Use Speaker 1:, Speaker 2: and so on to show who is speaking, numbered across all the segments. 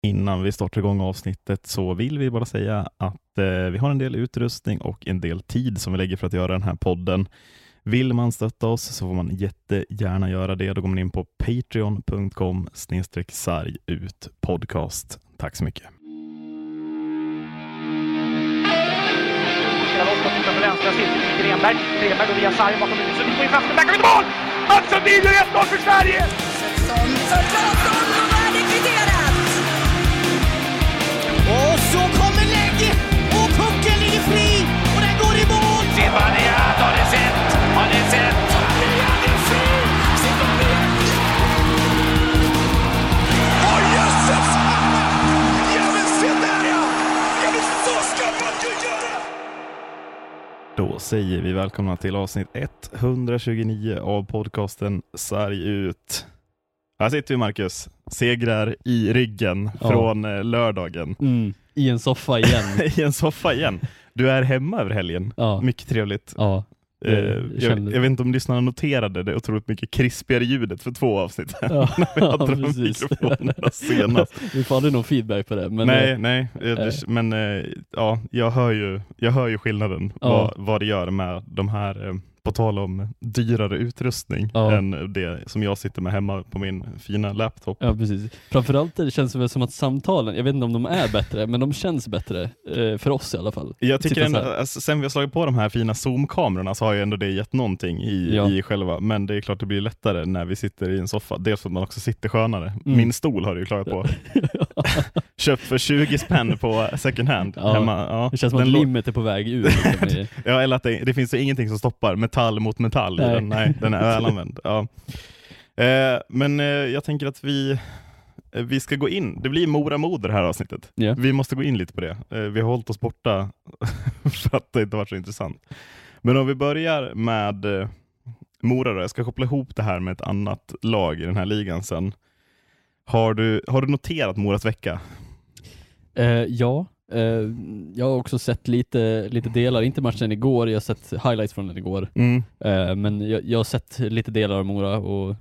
Speaker 1: Innan vi startar igång avsnittet så vill vi bara säga att vi har en del utrustning och en del tid som vi lägger för att göra den här podden. Vill man stötta oss så får man jättegärna göra det. Då går man in på patreon.com/sargutpodcast. Tack så mycket.
Speaker 2: Grenberg går via sarg bakom huvudet, så vi får in fast, där kan vi ta mål! Matchen blir ju 1-0 för Sverige!
Speaker 3: Och är det kvitterat! Och så kommer läge och pucken ligger fri och den går i mål!
Speaker 2: Zibanejad, har ni sett? Har ni sett? Zibanejad är fri! Zibanejad! Åh, jösses! Ja, men se där ja! Ja, men så ska man ju göra!
Speaker 1: Då säger vi välkomna till avsnitt 129 av podcasten Sarg ut. Här sitter vi, Marcus. Segrar i ryggen från lördagen.
Speaker 4: I en soffa igen.
Speaker 1: I en soffa igen. Du är hemma över helgen.
Speaker 4: Ja.
Speaker 1: Mycket trevligt.
Speaker 4: Ja.
Speaker 1: Jag vet inte om lyssnarna noterade det otroligt mycket krispigare ljudet för 2 avsnitt.
Speaker 4: Ja,
Speaker 1: när vi hade de
Speaker 4: precis.
Speaker 1: mikrofonerna senast.
Speaker 4: Vi får aldrig någon feedback på det. Men
Speaker 1: Nej. Men ja, jag hör ju skillnaden. Vad det gör med de här, på tal om dyrare utrustning än det som jag sitter med hemma på min fina laptop.
Speaker 4: Ja, precis. Framförallt det känns det väl som att samtalen, jag vet inte om de är bättre, men de känns bättre för oss i alla fall.
Speaker 1: Jag tycker ändå, sen vi har slagit på de här fina Zoom-kamerorna så har ju ändå det gett någonting i själva, men det är klart det blir lättare när vi sitter i en soffa. Dels för att man också sitter skönare. Min stol har du ju klarat på. Köpt för 20 spänn på second hand hemma. Ja.
Speaker 4: Det känns som att limmet är på väg ut.
Speaker 1: Ja, eller att det finns ju ingenting som stoppar metall mot metall. Nej, den är välanvänd. Ja. Men jag tänker att vi ska gå in. Det blir Mora-Moder det här avsnittet.
Speaker 4: Yeah.
Speaker 1: Vi måste gå in lite på det. Vi har hållit oss borta för att det inte varit så intressant. Men om vi börjar med Mora då. Jag ska koppla ihop det här med ett annat lag i den här ligan sen. Har du noterat Moras vecka?
Speaker 4: Ja. Jag har också sett lite delar, inte matchen igår, jag har sett highlights från den igår. Men jag har sett lite delar av Mora och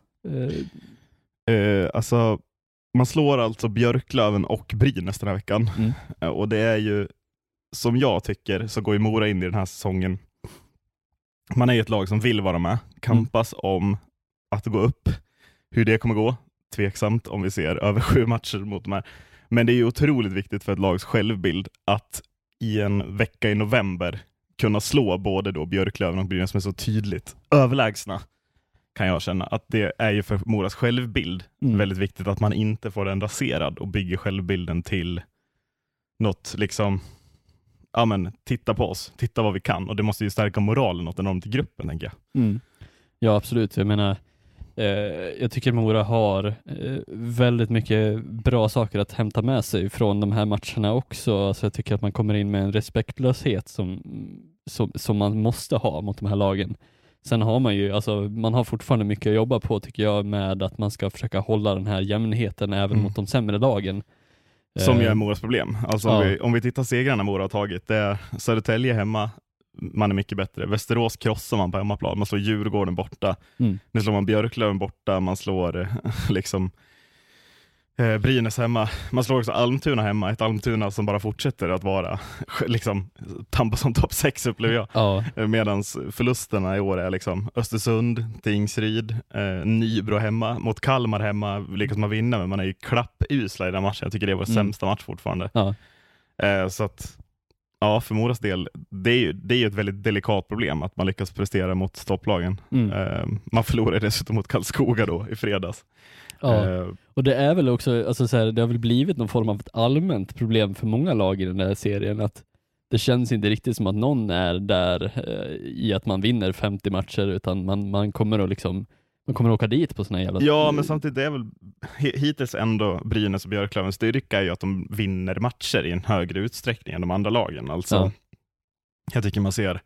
Speaker 1: alltså man slår alltså Björklöven och Brynäs den här veckan. Och det är ju, som jag tycker, så går ju Mora in i den här säsongen. Man är ju ett lag som vill vara med, kampas om att gå upp. Hur det kommer gå, tveksamt om vi ser över 7 matcher mot de här. Men det är ju otroligt viktigt för ett lags självbild att i en vecka i november kunna slå både då Björklöven och Brynäs som är så tydligt överlägsna, kan jag känna. Att det är ju för Moras självbild väldigt viktigt att man inte får den raserad och bygger självbilden till något liksom, ja men titta på oss, titta vad vi kan. Och det måste ju stärka moralen något enormt i gruppen, tänker jag.
Speaker 4: Ja, absolut. Jag menar, jag tycker Mora har väldigt mycket bra saker att hämta med sig från de här matcherna också. Alltså jag tycker att man kommer in med en respektlöshet som man måste ha mot de här lagen. Sen har man ju, alltså man har fortfarande mycket att jobba på, tycker jag, med att man ska försöka hålla den här jämnheten även mot de sämre lagen.
Speaker 1: Som ju är Moras problem. Alltså om vi tittar segrarna Mora har tagit, det är Södertälje hemma, man är mycket bättre. Västerås krossar man på hemmaplan. Man slår Djurgården borta. Nu slår man Björklöven borta. Man slår liksom Brynäs hemma. Man slår också Almtuna hemma. Ett Almtuna som bara fortsätter att vara liksom tampa som topp 6, upplever jag. Medans förlusterna i år är liksom Östersund, Tingsryd, Nybro hemma. Mot Kalmar hemma lyckas man vinna, men man är ju klappusla i den matchen. Jag tycker det är vår sämsta match fortfarande. Så att ja, för Moras del, det är ju ett väldigt delikat problem att man lyckas prestera mot topplagen. Man förlorar dessutom mot Karlskoga då i fredags.
Speaker 4: Och det är väl också, alltså så här, det har väl blivit någon form av ett allmänt problem för många lag i den här serien, att det känns inte riktigt som att någon är där i att man vinner 50 matcher, utan man kommer att liksom, man kommer att åka dit på såna jävla...
Speaker 1: Ja, men samtidigt är väl hittills ändå Brynäs och Björklövens styrka är ju att de vinner matcher i en högre utsträckning än de andra lagen. Alltså, jag tycker man ser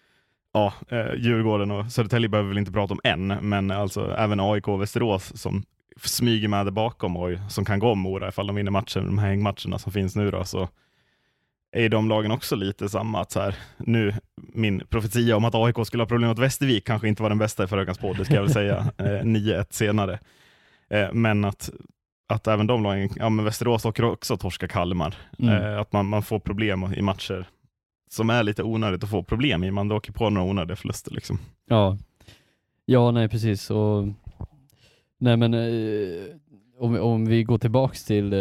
Speaker 1: Djurgården och Södertälje behöver väl inte prata om än, men alltså även AIK och Västerås som smyger med det bakom och som kan gå om Mora ifall de vinner matchen, de här hängmatcherna som finns nu då, så är de lagen också lite samma, att så här, nu min profetia om att AIK skulle ha problem mot Västervik kanske inte var den bästa i förra veckans podd, det ska jag väl säga 9-1 senare. Men att att även de lagen, men Västerås åker också torska Kalmar. Att man får problem i matcher som är lite onödigt att få problem i. Man åker på några onödiga förluster liksom.
Speaker 4: Ja, nej precis. Och nej men om vi går tillbaks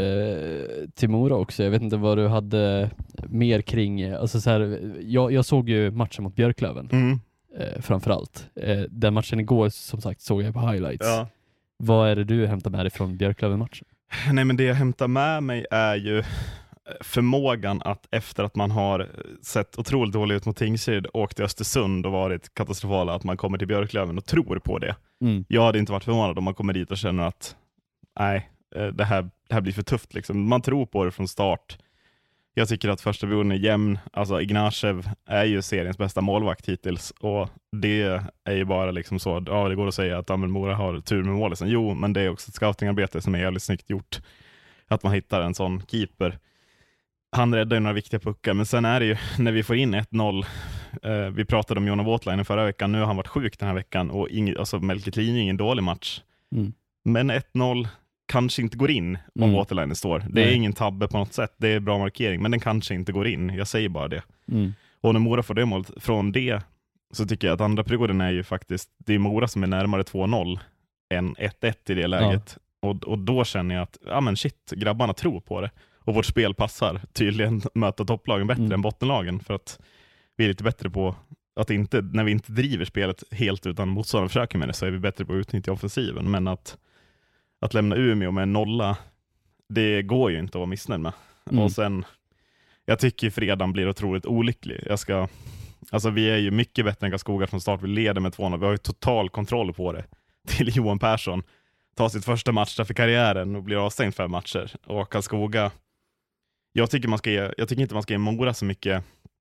Speaker 4: till Mora också. Jag vet inte vad du hade mer kring, alltså så här, jag såg ju matchen mot Björklöven framförallt. Den matchen igår som sagt såg jag på highlights.
Speaker 1: Ja.
Speaker 4: Vad är det du hämtar med dig från Björklöven-matchen?
Speaker 1: Nej, men det jag hämtar med mig är ju förmågan att efter att man har sett otroligt dåligt ut mot Tingsryd, åkt till Östersund och varit katastrofala, att man kommer till Björklöven och tror på det. Jag hade inte varit förvånad om man kommer dit och känner att nej, det här blir för tufft liksom. Man tror på det från start. Jag tycker att första perioden är jämn. Alltså Ignashev är ju seriens bästa målvakt hittills, och det är ju bara liksom så, ja, det går att säga att Mora har tur med målet. Jo, men det är också ett scoutingarbete som är jävligt snyggt gjort. Att man hittar en sån keeper. Han räddar ju några viktiga puckar, men sen är det ju när vi får in 1-0, vi pratade om Jona Waterline förra veckan, nu har han varit sjuk den här veckan, och Melker Kline är ingen dålig match. Men 1-0 kanske inte går in om Waterline står. Det är ingen tabbe på något sätt, det är bra markering, men den kanske inte går in, jag säger bara det. Och när Mora får det målet från det, så tycker jag att andra perioden är ju faktiskt, det är Mora som är närmare 2-0 än 1-1 i det läget. Och då känner jag att, ja men shit, grabbarna tror på det. Och vårt spel passar tydligen möta topplagen bättre än bottenlagen, för att vi är lite bättre på att inte, när vi inte driver spelet helt utan motståndaren försöker med det, så är vi bättre på att utnyttja offensiven. Men att lämna Umeå med en nolla, det går ju inte att vara missnöjd med. Och sen, jag tycker fredagen blir otroligt olycklig. Alltså vi är ju mycket bättre än Karlskoga från start. Vi leder med 2-0. Vi har ju total kontroll på det. Till Johan Persson tar sitt första match för karriären och blir avstängd 5 matcher. Och Karlskoga, jag tycker inte man ska ge Mora så mycket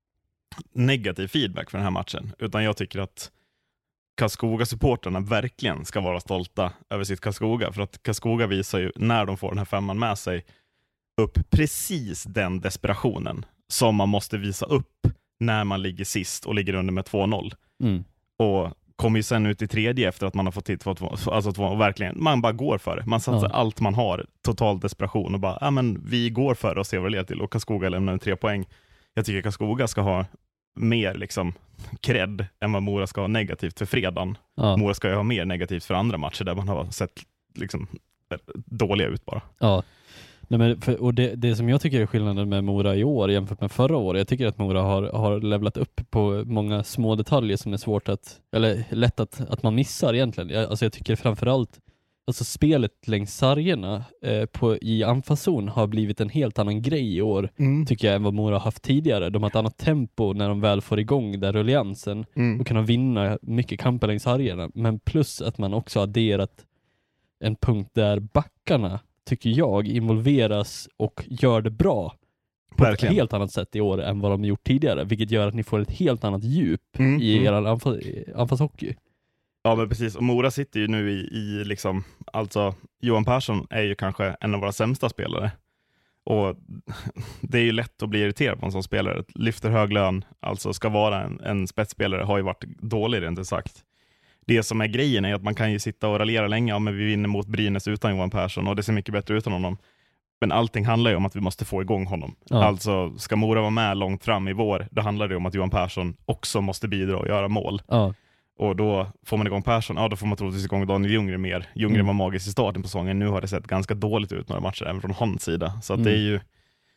Speaker 1: negativ feedback för den här matchen, utan jag tycker att Karlskoga-supporterna verkligen ska vara stolta över sitt Karlskoga, för att Karlskoga visar ju, när de får den här 5:an med sig, upp precis den desperationen som man måste visa upp när man ligger sist och ligger under med 2-0. Och kommer ju sen ut i tredje efter att man har fått hit 2-2, och verkligen, man bara går för det. Man satsar allt man har, total desperation, och bara, men vi går för det och ser vad det leder till. Och Karlskoga lämnar en 3 poäng. Jag tycker Karlskoga ska ha mer liksom cred än vad Mora ska ha negativt för fredagen. Mora ska ju ha mer negativt för andra matcher där man har sett liksom dåliga ut bara.
Speaker 4: Nej, men och det som jag tycker är skillnaden med Mora i år jämfört med förra året, jag tycker att Mora har levlat upp på många små detaljer som är svårt lätt att man missar egentligen. Jag tycker framförallt, alltså spelet längs sargerna i anfallszon har blivit en helt annan grej i år, tycker jag, än vad Mora har haft tidigare. De har ett annat tempo när de väl får igång där rulliansen och kan vinna mycket kamper längs sargerna. Men plus att man också adderat en punkt där backarna, tycker jag, involveras och gör det bra på ett helt annat sätt i år än vad de gjort tidigare, vilket gör att ni får ett helt annat djup i er anfallshockey. Ja,
Speaker 1: men precis. Och Mora sitter ju nu i liksom, alltså Johan Persson är ju kanske en av våra sämsta spelare. Och det är ju lätt att bli irriterad på en sån spelare. Lyfter hög lön, alltså ska vara en spetsspelare, har ju varit dålig rent ut sagt. Det som är grejen är att man kan ju sitta och raljera länge, men vi vinner mot Brynäs utan Johan Persson och det ser mycket bättre utan honom. Men allting handlar ju om att vi måste få igång honom. Alltså ska Mora vara med långt fram i vår, då handlar det om att Johan Persson också måste bidra och göra mål. Och då får man igång Persson, då får man troligtvis igång Daniel Ljunggren mer. Ljunggren var magisk i starten på säsongen, nu har det sett ganska dåligt ut några matcher även från hans sida. Så att det är ju,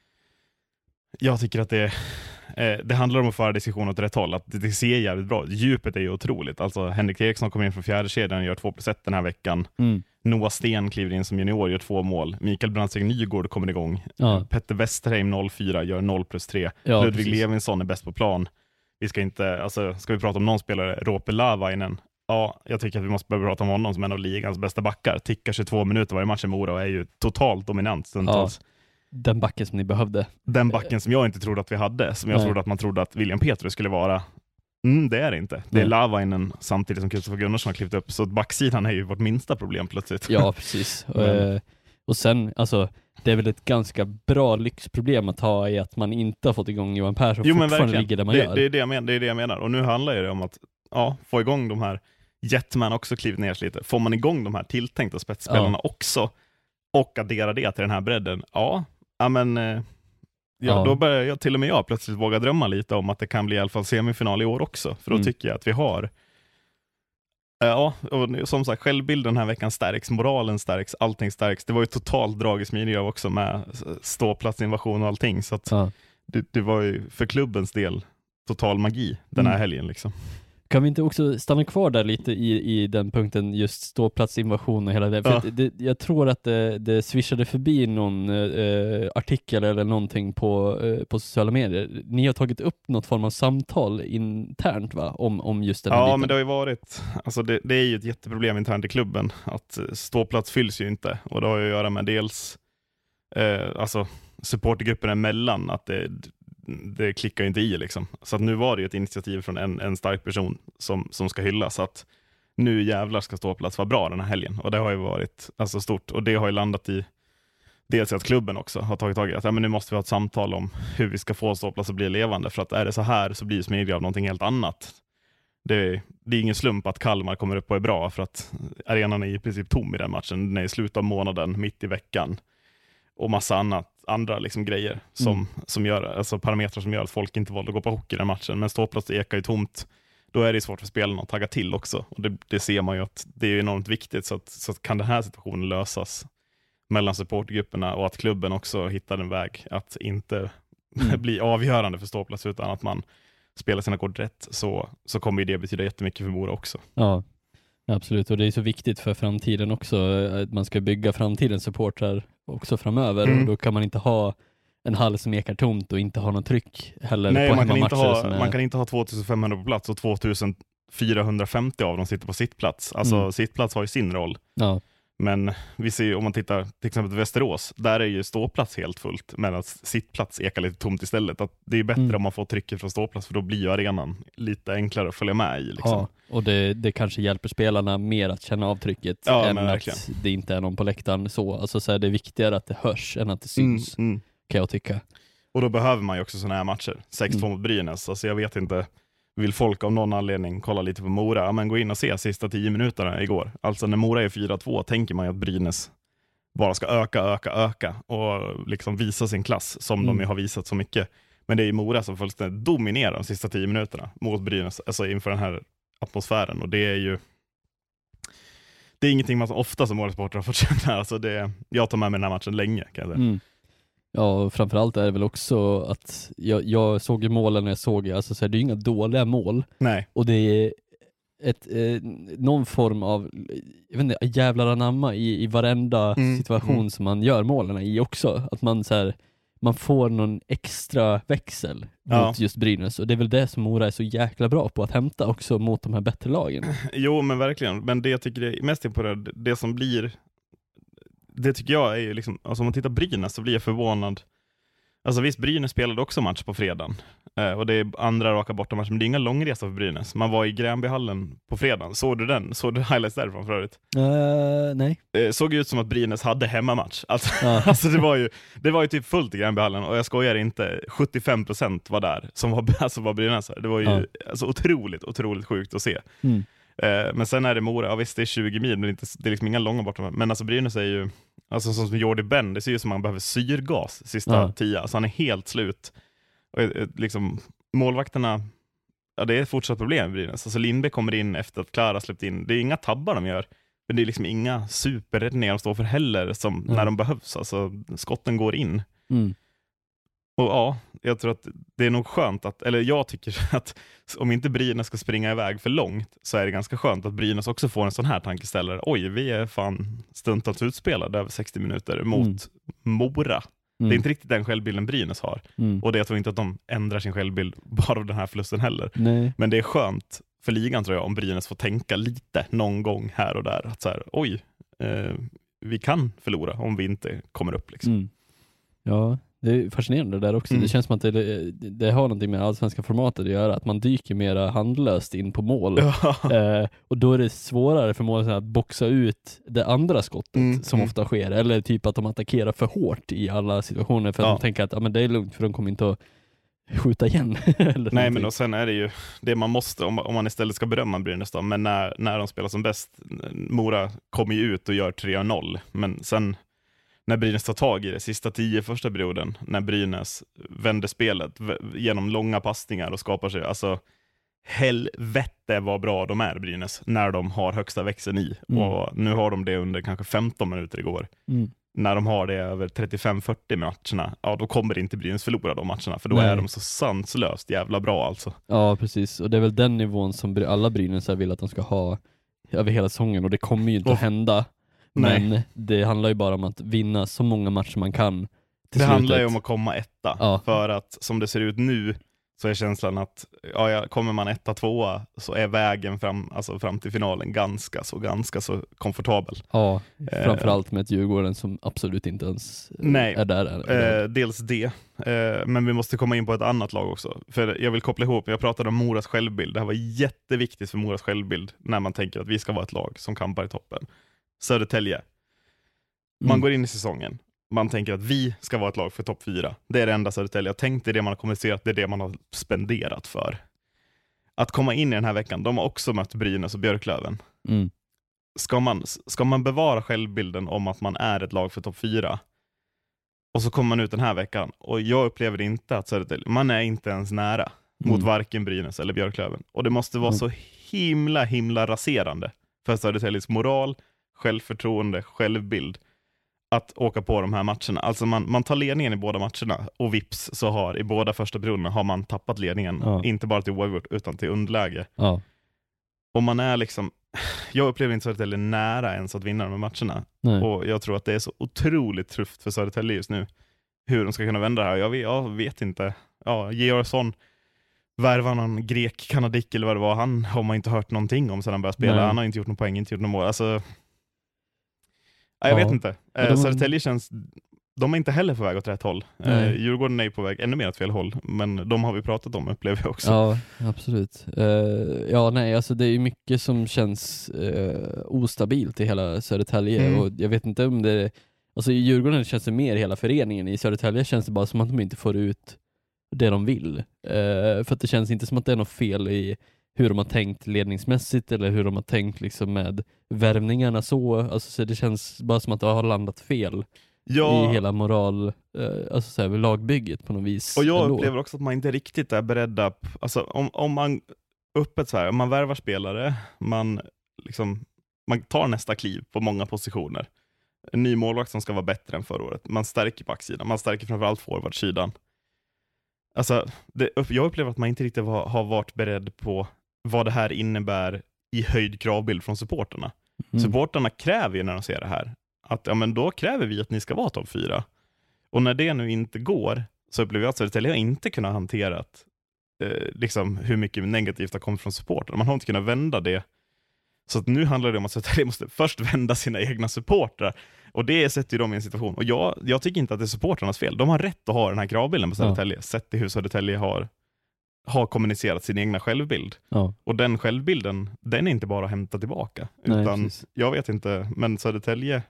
Speaker 1: jag tycker att det handlar om att föra diskussion åt rätt håll, att det ser jävligt bra. Djupet är ju otroligt. Alltså Henrik Eriksson kommer in från fjärde kedjan och gör 2+1 den här veckan. Noah Sten kliver in som junior, gör 2 mål. Mikael Brandsegg Nygård kommer igång. Petter Westerheim 0-4 gör 0+3. Ludvig Levinsson är bäst på plan. Vi ska inte, alltså ska vi prata om någon spelare, Roope Lavainen. Jag tycker att vi måste börja prata om honom som en av ligans bästa backar. Tickar 22 minuter varje match i Mora och är ju totalt dominant stundtals.
Speaker 4: Den backen som ni behövde.
Speaker 1: Den backen som jag inte trodde att vi hade. Som jag trodde att man trodde att William Petrus skulle vara. Det är det inte. Det är Lavainen samtidigt som Kristoffer Gunnarsson har klivit upp. Så backsidan är ju vårt minsta problem plötsligt.
Speaker 4: Ja, precis. Och sen, alltså, det är väl ett ganska bra lyxproblem att ha i att man inte har fått igång Johan Persson och fortfarande ligger där man gör.
Speaker 1: Det är det jag menar. Och nu handlar det om att få igång de här Jetman också klivit ner lite. Får man igång de här tilltänkta spetsspelarna också, och addera det till den här bredden, då börjar jag, till och med jag plötsligt våga drömma lite om att det kan bli i alla fall semifinal i år också, för då tycker jag att vi har och som sagt, självbilden den här veckan stärks, moralen stärks, allting stärks. Det var ju totalt drag i Smedjeö också med ståplatsinvasion och allting, så att det var ju för klubbens del total magi den här helgen liksom.
Speaker 4: Kan vi inte också stanna kvar där lite i den punkten, just ståplatsinvasion och hela det? För jag tror att det swishade förbi någon artikel eller någonting på sociala medier. Ni har tagit upp något form av samtal internt, va? Om just den här biten.
Speaker 1: Men det har ju varit, alltså det är ju ett jätteproblem internt i klubben att ståplats fylls ju inte, och det har ju att göra med dels alltså supportergruppen emellan, att det klickar inte i liksom. Så att nu var det ju ett initiativ från en stark person som ska hyllas, så att nu jävlar ska ståplats vara bra den här helgen, och det har ju varit alltså stort, och det har ju landat i dels att klubben också har tagit tag i att men nu måste vi ha ett samtal om hur vi ska få ståplats att bli levande, för att är det så här så blir Smedjeö av någonting helt annat. Det är ingen slump att Kalmar kommer upp och är bra, för att arenan är i princip tom i den matchen. Den är i slutet av månaden, mitt i veckan, och massa andra liksom grejer som gör, alltså parametrar som gör att folk inte valde att gå på hockey i den matchen. Men ståplats ekar ju tomt, då är det svårt för spelarna att tagga till också, och det ser man ju att det är enormt viktigt, så att kan den här situationen lösas mellan supportgrupperna, och att klubben också hittar en väg att inte bli avgörande för ståplats, utan att man spelar sina kort rätt, så kommer det betyda jättemycket för Mora också.
Speaker 4: Ja, absolut, och det är så viktigt för framtiden också, att man ska bygga framtidens supportrar också framöver, och då kan man inte ha en hall som ekar tomt och inte ha någon tryck heller. Nej, på
Speaker 1: man kan inte ha 2500 på plats och 2450 av dem sitter på sittplats. Alltså sittplats har ju sin roll. Ja. Men vi ser ju, om man tittar till exempel till Västerås, där är ju ståplats helt fullt, medan sittplats ekar lite tomt istället. Att det är bättre om man får trycket från ståplats, för då blir ju arenan lite enklare att följa med i liksom.
Speaker 4: Ja, och det kanske hjälper spelarna mer att känna avtrycket än att det inte är någon på läktaren så. Alltså så är det viktigare att det hörs än att det syns, kan jag tycka.
Speaker 1: Och då behöver man ju också såna här matcher. 6-2 mot Brynäs, alltså jag vet inte, vill folk av någon anledning kolla lite på Mora, men gå in och se sista 10 minuterna igår. Alltså när Mora är 4-2 tänker man ju att Brynäs bara ska öka och liksom visa sin klass som de ju har visat så mycket. Men det är ju Mora som fullständigt dominerar de sista 10 minuterna mot Brynäs, alltså inför den här atmosfären, och det är ingenting man så ofta som Mora-supportrar har fått känna. Alltså jag tar med mig den här matchen länge, kan jag säga.
Speaker 4: Ja, och framförallt är det väl också att jag såg ju målen när jag såg, alltså så här, det är ju inga dåliga mål.
Speaker 1: Nej.
Speaker 4: Och det är någon form av, jag vet inte, jävlar anamma i varenda situation som man gör målen i också. Att man så här, man får någon extra växel mot just Brynäs, och det är väl det som Mora är så jäkla bra på att hämta också mot de här bättre lagen. Jo, men verkligen. Men det jag tycker är mest på det som blir, det tycker jag är ju liksom, alltså om man tittar Brynäs så blir jag förvånad. Alltså visst, Brynäs spelade också match på fredagen. Och det är andra raka bortamatch, men det är inga långresa för Brynäs. Man var i Gränbyhallen på fredagen. Såg du den? Såg du highlights därifrån för övrigt? Nej.
Speaker 1: Såg ut som att Brynäs hade hemmamatch. Alltså det var ju typ fullt i Gränbyhallen, och jag skojar inte, 75% var där som var Brynäs. Det var ju alltså otroligt sjukt att se. Men sen är det Mora, ja visst det är 20 mil, men det är liksom inga långa borta. Men alltså Brynäs är ju, alltså som Jordi Ben, det ser ju som man behöver syrgas sista 10, alltså han är helt slut. Och liksom målvakterna, ja det är ett fortsatt problem i Brynäs. Alltså Lindberg kommer in efter att Klara släppt in, det är inga tabbar de gör, men det är liksom inga superräddningar de står för heller som när de behövs, alltså skotten går in. Och ja, jag tror att det är nog skönt att, eller jag tycker att om inte Brynäs ska springa iväg för långt, så är det ganska skönt att Brynäs också får en sån här tankeställare. Oj, vi är fan stundtals utspelade över 60 minuter mot Mora. Det är inte riktigt den självbilden Brynäs har. Och det, jag tror inte att de ändrar sin självbild bara av den här förlusten heller.
Speaker 4: Nej.
Speaker 1: Men det är skönt för ligan, tror jag, om Brynäs får tänka lite någon gång här och där. Att så här, oj, vi kan förlora om vi inte kommer upp liksom.
Speaker 4: Ja, det är fascinerande där också. Det känns som att det har någonting med allsvenska formatet att göra, att man dyker mera handlöst in på mål. Och då är det svårare för målet att boxa ut det andra skottet som ofta sker. Eller typ att de attackerar för hårt i alla situationer, för att de tänker att men det är lugnt, för de kommer inte att skjuta igen. Eller
Speaker 1: nej, men och sen är det ju det man måste, om man istället ska berömma Brynäs då, men när de spelar som bäst, Mora kommer ju ut och gör 3-0, men sen när Brynäs tar tag i det sista 10 första perioden, när Brynäs vänder spelet genom långa passningar och skapar sig, alltså helvete vad bra de är, Brynäs, när de har högsta växeln i. Och nu har de det under kanske 15 minuter igår. När de har det över 35-40 matcherna, ja då kommer inte Brynäs förlora de matcherna, för då är de så sanslöst jävla bra alltså.
Speaker 4: Ja, precis. Och det är väl den nivån som alla Brynäs vill att de ska ha över hela säsongen, och det kommer ju inte att hända. Men det handlar ju bara om att vinna så många matcher man kan.
Speaker 1: Det handlar ju om att komma etta, för att som det ser ut nu så är känslan att kommer man 1-2 så är vägen fram till finalen ganska så komfortabel.
Speaker 4: Ja, framförallt med ett Djurgården som absolut inte ens är där.
Speaker 1: Dels det, men vi måste komma in på ett annat lag också. För jag vill koppla ihop, jag pratade om Moras självbild. Det här var jätteviktigt för Moras självbild när man tänker att vi ska vara ett lag som kampar i toppen. Södertälje. Man går in i säsongen. Man tänker att vi ska vara ett lag för topp 4. Det är det enda Södertälje har tänkt, det är det man har kommunicerat, det är det man har spenderat för. Att komma in i den här veckan, de har också mött Brynäs och Björklöven. Ska man bevara självbilden om att man är ett lag för topp 4, och så kommer man ut den här veckan, och jag upplever inte att Södertälje, man är inte ens nära mot varken Brynäs eller Björklöven. Och det måste vara så himla raserande för Södertäljes moral, självförtroende, självbild att åka på de här matcherna. Alltså man tar ledningen i båda matcherna, och vips så har i båda första perioderna har man tappat ledningen, inte bara till oavgjort utan till underläge. Och man är liksom, jag upplever inte Södertälje nära ens att vinna de här matcherna. Och jag tror att det är så otroligt tufft för Södertälje just nu hur de ska kunna vända det här. Jag vet inte. Georgsson värvar någon grek-kanadik eller vad det var, han har man inte hört någonting om sedan han började spela. Han har inte gjort någon poäng, inte gjort någon mål. Alltså jag vet inte. Södertälje känns, de är inte heller på väg åt rätt håll. Djurgården är på väg ännu mer åt fel håll, men de har vi pratat om, upplever jag också.
Speaker 4: Ja, absolut. Alltså det är mycket som känns ostabilt i hela Södertälje, och jag vet inte om det, alltså i Djurgården känns det mer hela föreningen, i Södertälje känns det bara som att de inte får ut det de vill. För att det känns inte som att det är något fel i hur de har tänkt ledningsmässigt eller hur de har tänkt liksom med värvningarna så det känns bara som att det har landat fel i hela moral, alltså så här, lagbygget på något vis.
Speaker 1: Och jag upplever också att man inte riktigt är beredda på, alltså om man öppet så här, om man värvar spelare, man tar nästa kliv på många positioner. En ny målvakt som ska vara bättre än förra året. Man stärker backsidan, man stärker framförallt forwardsidan. Alltså, jag upplever att man inte riktigt har varit beredd på vad det här innebär i höjd kravbild från supporterna. Supporterna kräver ju när de ser det här att men då kräver vi att ni ska vara topp 4. Och när det nu inte går, så upplever jag att Södertälje har inte kunnat hantera hur mycket negativt har kommit från supporterna. Man har inte kunnat vända det. Så att nu handlar det om att Södertälje måste först vända sina egna supportrar. Och det sätter ju dem i en situation. Och jag tycker inte att det är supportrarnas fel. De har rätt att ha den här kravbilden på Södertälje. Sett till hur Södertälje har kommunicerat sin egna självbild. Och den självbilden, den är inte bara att hämta tillbaka. Utan jag vet inte, men Södertälje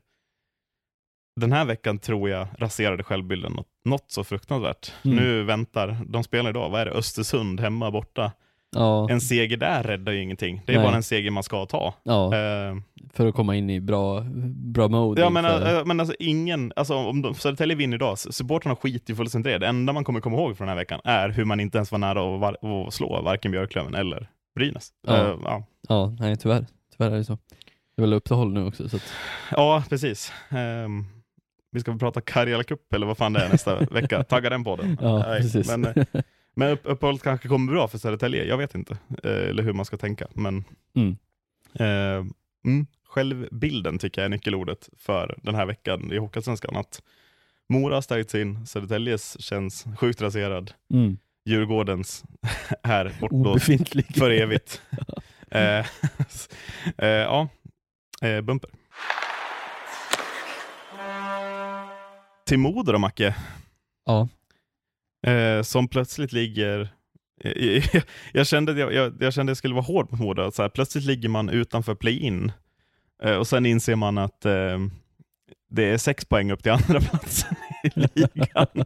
Speaker 1: den här veckan tror jag raserade självbilden något så fruktansvärt. Nu väntar, de spelar idag, vad är det? Östersund hemma borta. En seger där räddar ju ingenting. Det är bara en seger man ska ta.
Speaker 4: För att komma in i bra mode.
Speaker 1: Ja, men alltså ingen, alltså om Södertälje vinner idag, supporterna skiter ju fullständigt det. Det enda man kommer komma ihåg från den här veckan är hur man inte ens var nära att slå varken Björklöven eller Brynäs.
Speaker 4: Nej, tyvärr är det så. Det är väl uppehåll nu också. Så att...
Speaker 1: Ja, precis. Vi ska prata Karjala Cup eller vad fan det är nästa vecka. Tagga den på den.
Speaker 4: Precis.
Speaker 1: Men uppehållet kanske kommer bra för Södertälje. Jag vet inte. Eller hur man ska tänka. Men självbilden tycker jag är nyckelordet för den här veckan i Hockeyallsvenskan. Att Mora har stärkt sin, Södertäljes känns sjukt raserad. Djurgårdens här bortblåst för evigt. Bumper. Till Modo då, Macke.
Speaker 4: Ja.
Speaker 1: Som plötsligt ligger jag kände att jag skulle vara hård på Modo. Så här, plötsligt ligger man utanför play-in. Och sen inser man att det är 6 poäng upp till andra platsen i ligan.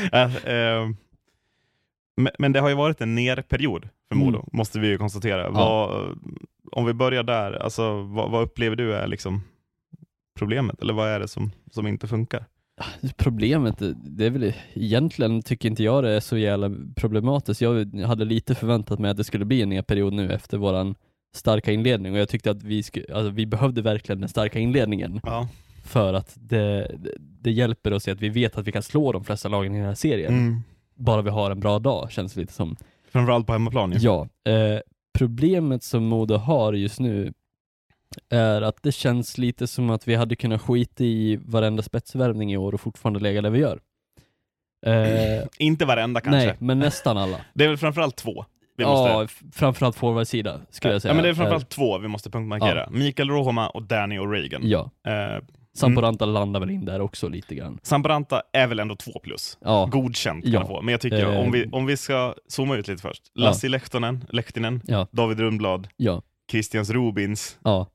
Speaker 1: Men det har ju varit en nerperiod för Modo, måste vi ju konstatera. Om vi börjar där, alltså, vad upplever du är liksom problemet? Eller vad är det som inte funkar?
Speaker 4: Problemet, det är väl egentligen, tycker inte jag det är så jävla problematiskt. Jag hade lite förväntat mig att det skulle bli en ny period nu efter våran starka inledning, och jag tyckte att vi behövde verkligen den starka inledningen.
Speaker 1: Ja.
Speaker 4: För att det hjälper oss i att vi vet att vi kan slå de flesta lagen i den här serien. Bara vi har en bra dag, känns det lite som.
Speaker 1: Framförallt på hemmaplan ju.
Speaker 4: Ja, problemet som Modo har just nu är att det känns lite som att vi hade kunnat skita i varenda spetsvärvning i år och fortfarande lägga där vi gör.
Speaker 1: Inte varenda kanske.
Speaker 4: Nej, men nästan alla.
Speaker 1: Det är väl framförallt 2.
Speaker 4: Ja, framförallt forwardsida skulle jag säga.
Speaker 1: Ja, men det är framförallt 2 vi måste punktmarkera. Ja. Mikael Rohoma och Danny O'Regan.
Speaker 4: Ja. Samporanta landar väl in där också lite grann.
Speaker 1: Samporanta är väl ändå 2+.
Speaker 4: Ja.
Speaker 1: Godkänt kan jag få. Men jag tycker om vi ska zooma ut lite först. Lassi Lehtinen, David Rundblad, Christians Rubins.
Speaker 4: Ja.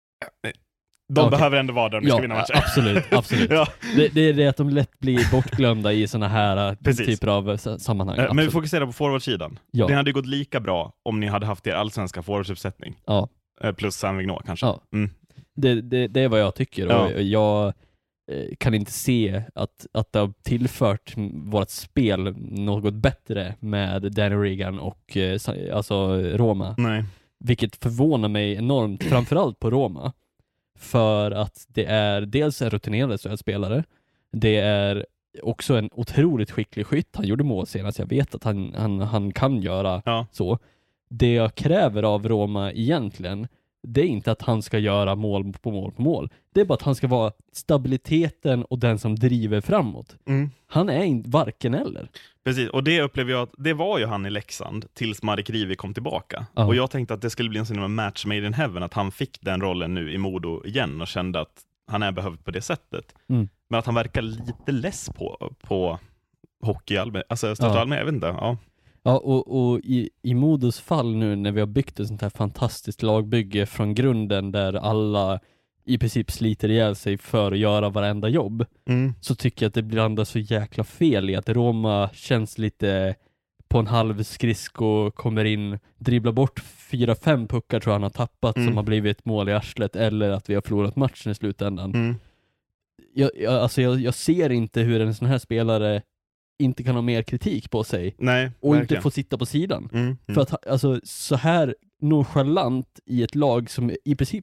Speaker 1: De behöver ändå vara där om vi ska vinna matchen.
Speaker 4: Absolut. Ja. Det är det att de lätt blir bortglömda i såna här typer av sammanhang.
Speaker 1: Men vi fokuserar på forwardsidan. Det hade gått lika bra om ni hade haft er allsvenska forwardsuppsättning.
Speaker 4: Ja.
Speaker 1: Plus San Vigneault kanske.
Speaker 4: Ja. Det är vad jag tycker. Ja. Och jag kan inte se att det har tillfört vårt spel något bättre med Danny O'Regan och alltså Roma.
Speaker 1: Nej.
Speaker 4: Vilket förvånar mig enormt, framförallt på Roma. För att det är dels en rutinerad spelare. Det är också en otroligt skicklig skytt. Han gjorde mål senast. Jag vet att han kan göra så. Det jag kräver av Roma egentligen, det är inte att han ska göra mål på mål. Det är bara att han ska vara stabiliteten och den som driver framåt. Han är inte varken eller.
Speaker 1: Precis, och det upplever jag att det var ju han i Leksand tills Marek Rivi kom tillbaka. Och jag tänkte att det skulle bli en sån match made in heaven, att han fick den rollen nu i Modo igen och kände att han är behövd på det sättet. Men att han verkar lite less på hockey alltså allmänt, jag vet inte.
Speaker 4: Ja, och i Modos fall nu när vi har byggt ett sånt här fantastiskt lagbygge från grunden där alla i princip sliter ihjäl sig för att göra varenda jobb, så tycker jag att det blir så jäkla fel i att Roma känns lite på en halv skridsko, kommer in, dribblar bort 4-5 puckar tror jag han har tappat som har blivit mål i arslet, eller att vi har förlorat matchen i slutändan. Jag ser inte hur en sån här spelare inte kan ha mer kritik på sig.
Speaker 1: Nej,
Speaker 4: och
Speaker 1: verkligen.
Speaker 4: inte få sitta på sidan. För att alltså, så här nonchalant i ett lag som i princip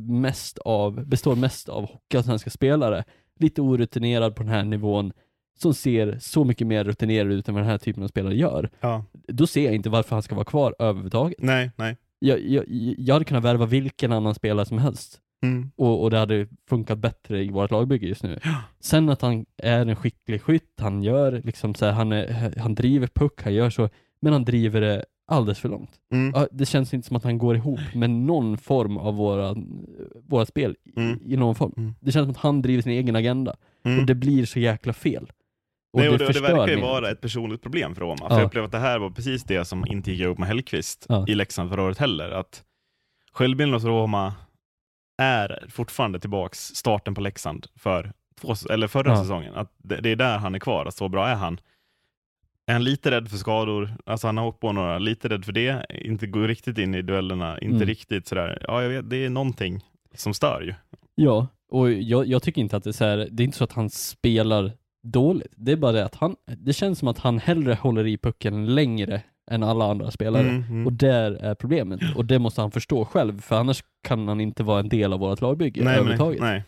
Speaker 4: består mest av hockeyallsvenska spelare, lite orutinerad på den här nivån, som ser så mycket mer rutinerad ut än vad den här typen av spelare gör. Då ser jag inte varför han ska vara kvar överhuvudtaget.
Speaker 1: Nej.
Speaker 4: Jag hade kunnat värva vilken annan spelare som helst. Och det hade funkat bättre i vårt lagbygge just nu. Sen att han är en skicklig skytt, han gör liksom så här, han driver puck, han gör så, men han driver det alldeles för långt. Det känns inte som att han går ihop med någon form av våra spel i någon form. Det känns som att han driver sin egen agenda och det blir så jäkla fel. Och
Speaker 1: det verkar ju vara ett personligt problem för Roma. För jag upplever att det här var precis det som inte gick ihop med Hellqvist i Leksand förra året heller. Att självbilden hos Roma är fortfarande tillbaks starten på Leksand förra säsongen. Att det är där han är kvar, så bra är han. Är han lite rädd för skador? Alltså han har åkt på några, lite rädd för det. Inte går riktigt in i duellerna, inte riktigt sådär. Ja, jag vet, det är någonting som stör ju.
Speaker 4: Ja, och jag tycker inte att det är så här, det är inte så att han spelar dåligt. Det är bara det att det känns som att han hellre håller i pucken längre än alla andra spelare. Och där är problemet. Och det måste han förstå själv, för annars kan han inte vara en del av vårt lagbygge överhuvudtaget.
Speaker 1: Nej.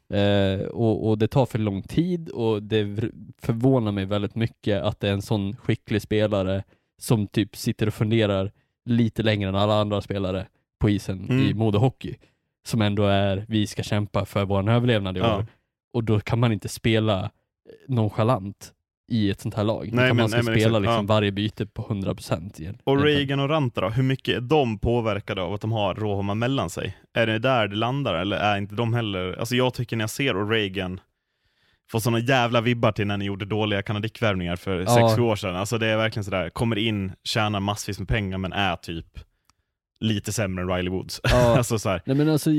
Speaker 4: Och det tar för lång tid, och det förvånar mig väldigt mycket att det är en sån skicklig spelare som typ sitter och funderar lite längre än alla andra spelare på isen i Modo Hockey, som ändå är, vi ska kämpa för vår överlevnad i år. Och då kan man inte spela nonchalant i ett sånt här lag. Man ska spela liksom varje byte på 100%.
Speaker 1: Och Reagan och Ranta då, hur mycket är de påverkade av att de har Rohoma mellan sig? Är det där det landar, eller är inte de heller? Alltså jag tycker när jag ser Reagan få såna jävla vibbar till när ni gjorde dåliga kanadikvärvningar för 6 år sedan. Alltså det är verkligen sådär, kommer in, tjänar massvis med pengar, men är typ lite sämre än Riley Woods. Alltså så här.
Speaker 4: Nej, men alltså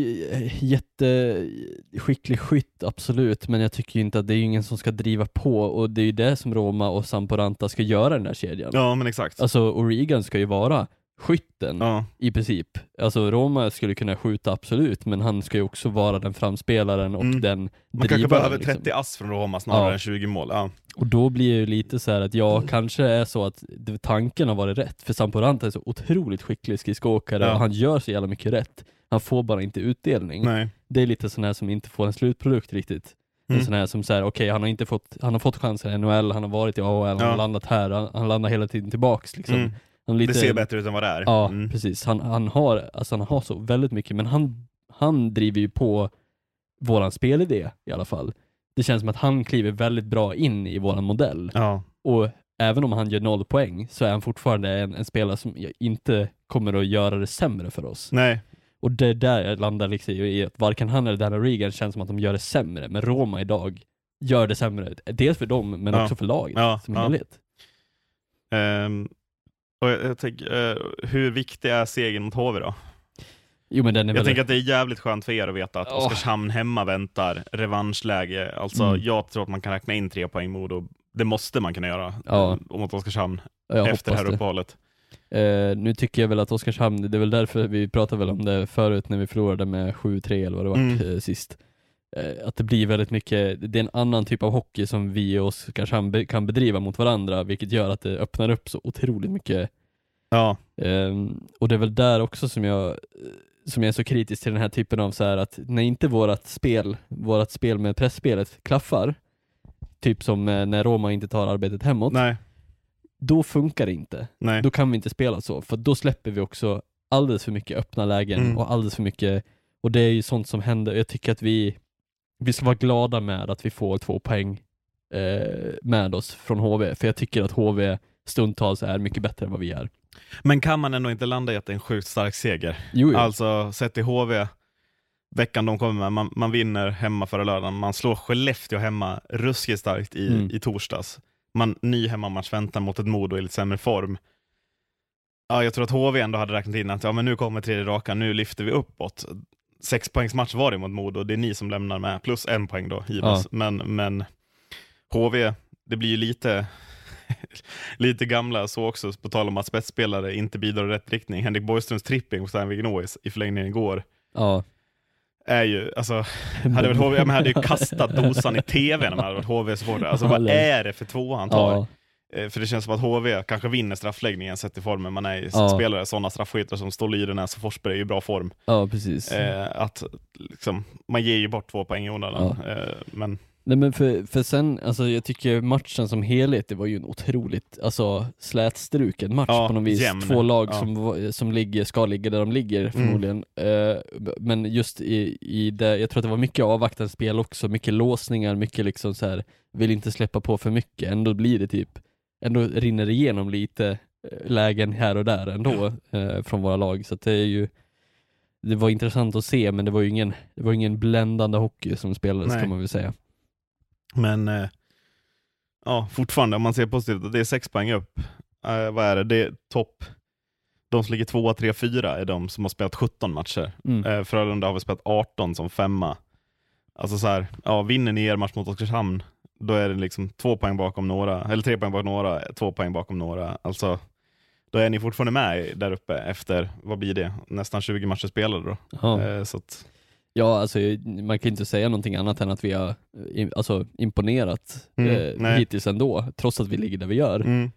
Speaker 4: jätteskicklig skytt, absolut, men jag tycker ju inte att det är ingen som ska driva på, och det är ju det som Roma och Samporanta ska göra, den där kedjan.
Speaker 1: Ja, men exakt.
Speaker 4: Alltså O'Regan ska ju vara skytten i princip. Alltså Roma skulle kunna skjuta absolut, men han ska ju också vara den framspelaren och den
Speaker 1: man kanske behöver 30 ass från Roma snarare än 20 mål.
Speaker 4: Och då blir det ju lite så här att kanske är så att tanken har varit rätt, för Samporanta är så otroligt skicklig skridskoåkare och han gör så jävla mycket rätt. Han får bara inte utdelning.
Speaker 1: Nej.
Speaker 4: Det är lite sån här som inte får en slutprodukt riktigt. En sån här som säger okej, han har fått chansen i NHL, han har varit i AHL, han har landat här, han landar hela tiden tillbaks liksom.
Speaker 1: Det ser bättre ut än vad det är.
Speaker 4: Ja, precis. Han har så väldigt mycket, men han driver ju på våran spelidé i alla fall. Det känns som att han kliver väldigt bra in i våran modell.
Speaker 1: Ja.
Speaker 4: Och även om han gör 0 poäng så är han fortfarande en spelare som inte kommer att göra det sämre för oss.
Speaker 1: Nej.
Speaker 4: Och det där jag landar liksom i att varken han eller Daniel Regan känns som att de gör det sämre. Men Roma idag gör det sämre. Dels för dem, men också för laget som helhet.
Speaker 1: Och jag tänker, hur viktig är segern mot HV då?
Speaker 4: Jo, men den är
Speaker 1: jag tänker att det är jävligt skönt för er att veta att Oskarshamn hemma väntar revanschläge. Alltså jag tror att man kan räkna in 3 poäng Modo. Det måste man kunna göra mot Oskarshamn efter det här uppehållet.
Speaker 4: Nu tycker jag väl att Oskarshamn, det är väl därför vi pratade väl om det förut när vi förlorade med 7-3 eller vad det var sist. Att det blir väldigt mycket, det är en annan typ av hockey som vi och Oskarshamn kan bedriva mot varandra, vilket gör att det öppnar upp så otroligt mycket.
Speaker 1: Ja.
Speaker 4: Och det är väl där också som jag är så kritisk till den här typen av så här att när inte vårat spel med pressspelet klaffar, typ som när Roma inte tar arbetet hemåt.
Speaker 1: Nej.
Speaker 4: Då funkar det inte.
Speaker 1: Nej.
Speaker 4: Då kan vi inte spela så. För då släpper vi också alldeles för mycket öppna lägen och alldeles för mycket. Och det är ju sånt som händer. Jag tycker att vi ska vara glada med att vi får 2 poäng med oss från HV. För jag tycker att HV stundtals är mycket bättre än vad vi är.
Speaker 1: Men kan man ändå inte landa i att det är en sjukt stark seger?
Speaker 4: Jo.
Speaker 1: Alltså sett i HV veckan de kommer med, man vinner hemma förra lördagen. Man slår Skellefteå hemma ruskigt starkt i torsdags. Ny hemmamatch väntar mot ett Modo i lite sämre form. Ja, jag tror att HV ändå hade räknat in att men nu kommer 3 raka, nu lyfter vi uppåt. 6 poängs match var det mot Modo, det är ni som lämnar med, plus 1 poäng då givetvis. Men HV, det blir ju lite gamla så också, på tal om att spetsspelare inte bidrar i rätt riktning. Henrik Borgströms tripping hos Steinweg Nois i förlängningen igår. Ja. Är ju, alltså, hade ju kastat dosan i tv när man hade varit HV-supporter. Alltså vad är det för 2 han tar? För det känns som att HV kanske vinner straffläggningen sett i formen. Man är spelare, sådana straffskyttar som Stålyrenäs och Forsberg är i bra form.
Speaker 4: Ja, precis.
Speaker 1: Att liksom, man ger ju bort 2 poäng i onödan. Men...
Speaker 4: Nej, men för sen, alltså jag tycker matchen som helhet, det var ju en otroligt slätstruken match på något vis. Jämn. 2 lag som ska ligga där de ligger förmodligen. Men just i det, jag tror att det var mycket avvaktande spel också, mycket låsningar, mycket liksom så här, vill inte släppa på för mycket. Ändå blir det ändå rinner det igenom lite lägen här och där ändå från våra lag. Så att det var intressant att se, men det var ingen bländande hockey som spelades. Nej. Kan man väl säga.
Speaker 1: Men fortfarande om man ser positivt, det är 6 poäng upp. Vad är det? Det är topp. De som ligger 2, 3, 4 är de som har spelat 17 matcher. Frölunda har vi spelat 18 som 5. Alltså så här, vinner ni er match mot Oskarshamn, då är det liksom 2 poäng bakom några, eller 3 poäng bakom några, 2 poäng bakom några. Alltså då är ni fortfarande med där uppe efter, vad blir det? Nästan 20 matcher spelade då. Så att...
Speaker 4: Ja, alltså man kan inte säga någonting annat än att vi har imponerat hittills ändå, trots att vi ligger där vi gör.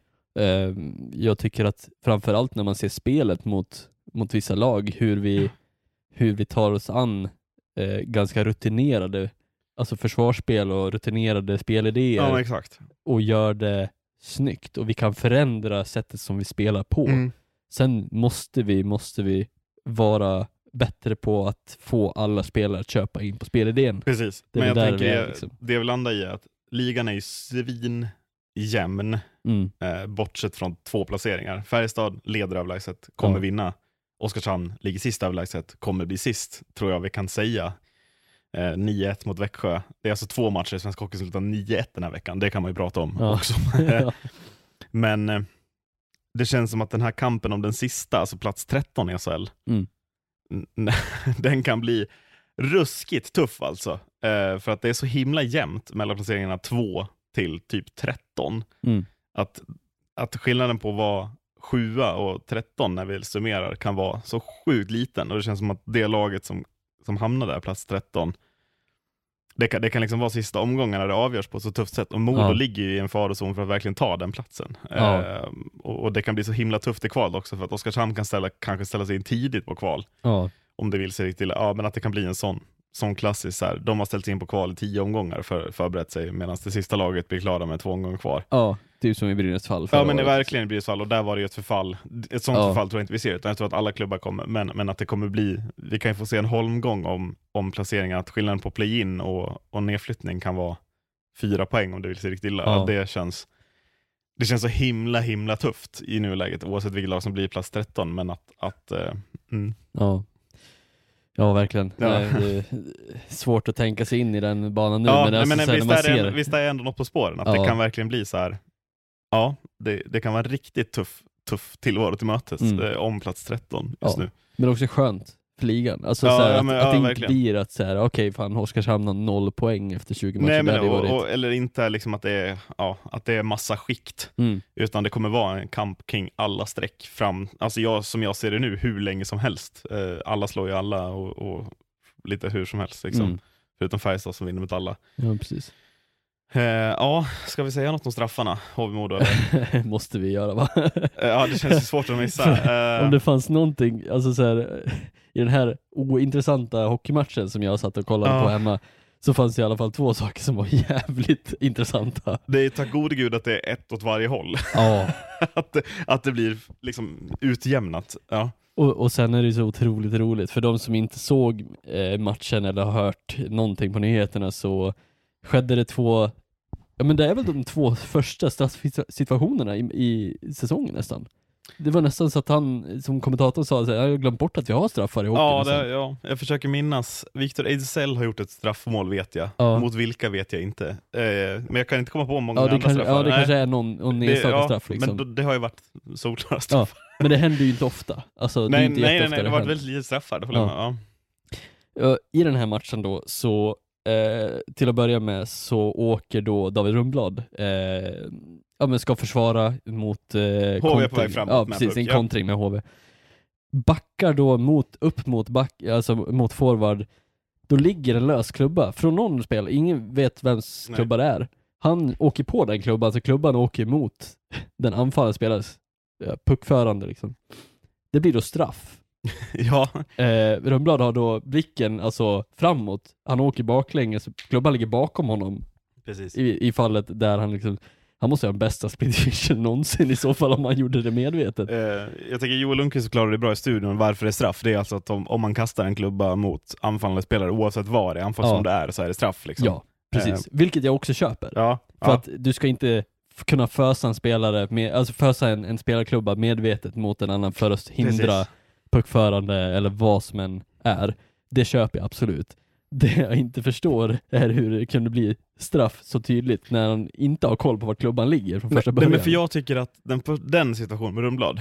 Speaker 4: Jag tycker att framförallt när man ser spelet mot vissa lag, hur vi tar oss an ganska rutinerade, alltså försvarsspel och rutinerade spelidéer.
Speaker 1: Ja, exakt.
Speaker 4: Och gör det snyggt, och vi kan förändra sättet som vi spelar på. Sen måste vi vara bättre på att få alla spelare att köpa in på spelidén.
Speaker 1: Precis, men jag tänker det vi landar i är att ligan är ju svinjämn bortsett från 2 placeringar. Färjestad leder överlägset, kommer vinna. Oskarshamn ligger sist överlägset, kommer bli sist, tror jag vi kan säga. 9-1 mot Växjö. Det är alltså 2 matcher i svensk hockey som slutar 9-1 den här veckan. Det kan man ju prata om också. Men det känns som att den här kampen om den sista, alltså plats 13 i SHL, den kan bli ruskigt tuff alltså. För att det är så himla jämnt mellan placeringarna 2 till typ 13. Att skillnaden på att vara 7 och 13 när vi summerar kan vara så sjukt liten, och det känns som att det laget som hamnar där plats 13, det kan liksom vara sista omgångarna det avgörs på så tufft sätt, och Modo ligger ju i en farozon för att verkligen ta den platsen. Och det kan bli så himla tufft i kval också, för att Oskarshamn kan kanske ställa sig in tidigt på kval om det vill sig riktigt illa. Men att det kan bli en sån klassisk så här, de har ställt sig in på kval i 10 omgångar för förberett sig, medan det sista laget blir klara med 2 omgångar kvar.
Speaker 4: Ja, det är som i Brynäs fall.
Speaker 1: Ja, men det är verkligen i Brynäs fall, och där var det ju ett förfall. Ett sånt förfall tror jag inte vi ser, utan jag tror att alla klubbar kommer, men att det kommer bli, vi kan ju få se en holmgång om placeringen, att skillnaden på play-in och nedflyttning kan vara 4 poäng om det vill se riktigt illa. Ja. Det känns så himla tufft i nuläget, oavsett vilket lag som blir plats 13, men
Speaker 4: Ja, verkligen. Ja. Det är svårt att tänka sig in i den banan nu.
Speaker 1: Visst är det ändå något på spåren. Att det kan verkligen bli så här. Ja, det kan vara riktigt tuff tillvaro till mötes om plats 13 just nu. Men
Speaker 4: också skönt för ligan. Alltså att det inte blir att så här, okej, fan, Oskarshamn har 0 poäng efter 20 matcher.
Speaker 1: Nej, eller inte liksom att det är massa skikt. Utan det kommer vara en kamp kring alla streck fram. Alltså som jag ser det nu, hur länge som helst. Alla slår ju alla och lite hur som helst liksom. Förutom Färjestad som vinner mot alla.
Speaker 4: Ja, precis.
Speaker 1: Ska vi säga något om straffarna? HV-Modo eller?
Speaker 4: Måste vi göra, va?
Speaker 1: Ja, det känns svårt att missa.
Speaker 4: Om det fanns någonting, alltså så här, i den här ointressanta hockeymatchen som jag satt och kollade på hemma, så fanns det i alla fall 2 saker som var jävligt intressanta.
Speaker 1: Det är tack gode gud att det är ett åt varje håll. att det blir liksom utjämnat. Ja.
Speaker 4: Och sen är det så otroligt roligt. För de som inte såg matchen eller har hört någonting på nyheterna, så skedde det 2... Ja, men det är väl de 2 första straffsituationerna i säsongen nästan. Det var nästan så att han som kommentator sa att jag har glömt bort att vi har straffar i hockey.
Speaker 1: Jag försöker minnas. Victor Ejdsell har gjort ett straffmål, vet jag. Mot vilka vet jag inte. Men jag kan inte komma på många andra straffar.
Speaker 4: Ja, det kanske är någon enstaka straff. Liksom.
Speaker 1: Men det har ju varit solklara straffar.
Speaker 4: Men det händer ju inte ofta. Alltså,
Speaker 1: nej, det har varit väldigt lite straffar.
Speaker 4: I den här matchen då, så till att börja med så åker då David Rundblad ska försvara mot
Speaker 1: HV på väg framåt.
Speaker 4: Ja, precis, en kontring med HV. Backar då mot forward. Då ligger en lös klubba från någon spel. Ingen vet vems klubba det är. Han åker på den klubban, så klubban åker mot den anfallande spelars puckförande liksom. Det blir då straff.
Speaker 1: Ja.
Speaker 4: Rundblad har då blicken alltså framåt. Han åker baklänges, klubban ligger bakom honom.
Speaker 1: Precis.
Speaker 4: I fallet där han liksom, han måste ha den bästa split vision någonsin i så fall, om han gjorde det medvetet.
Speaker 1: Jag tycker Joel Lundqvist förklarade det bra i studion varför det är straff. Det är alltså att om man kastar en klubba mot anfallande spelare, oavsett vad det är, anfall det är, så är det straff liksom.
Speaker 4: Ja, precis. Vilket jag också köper. För att du ska inte kunna fösa en spelare fösa en spelarklubba medvetet mot en annan för att hindra puckförande eller vad som än är. Det köper jag absolut. Det jag inte förstår är hur det kunde bli straff så tydligt när han inte har koll på vart klubban ligger från första början.
Speaker 1: Men för jag tycker att den situationen med Rundblad,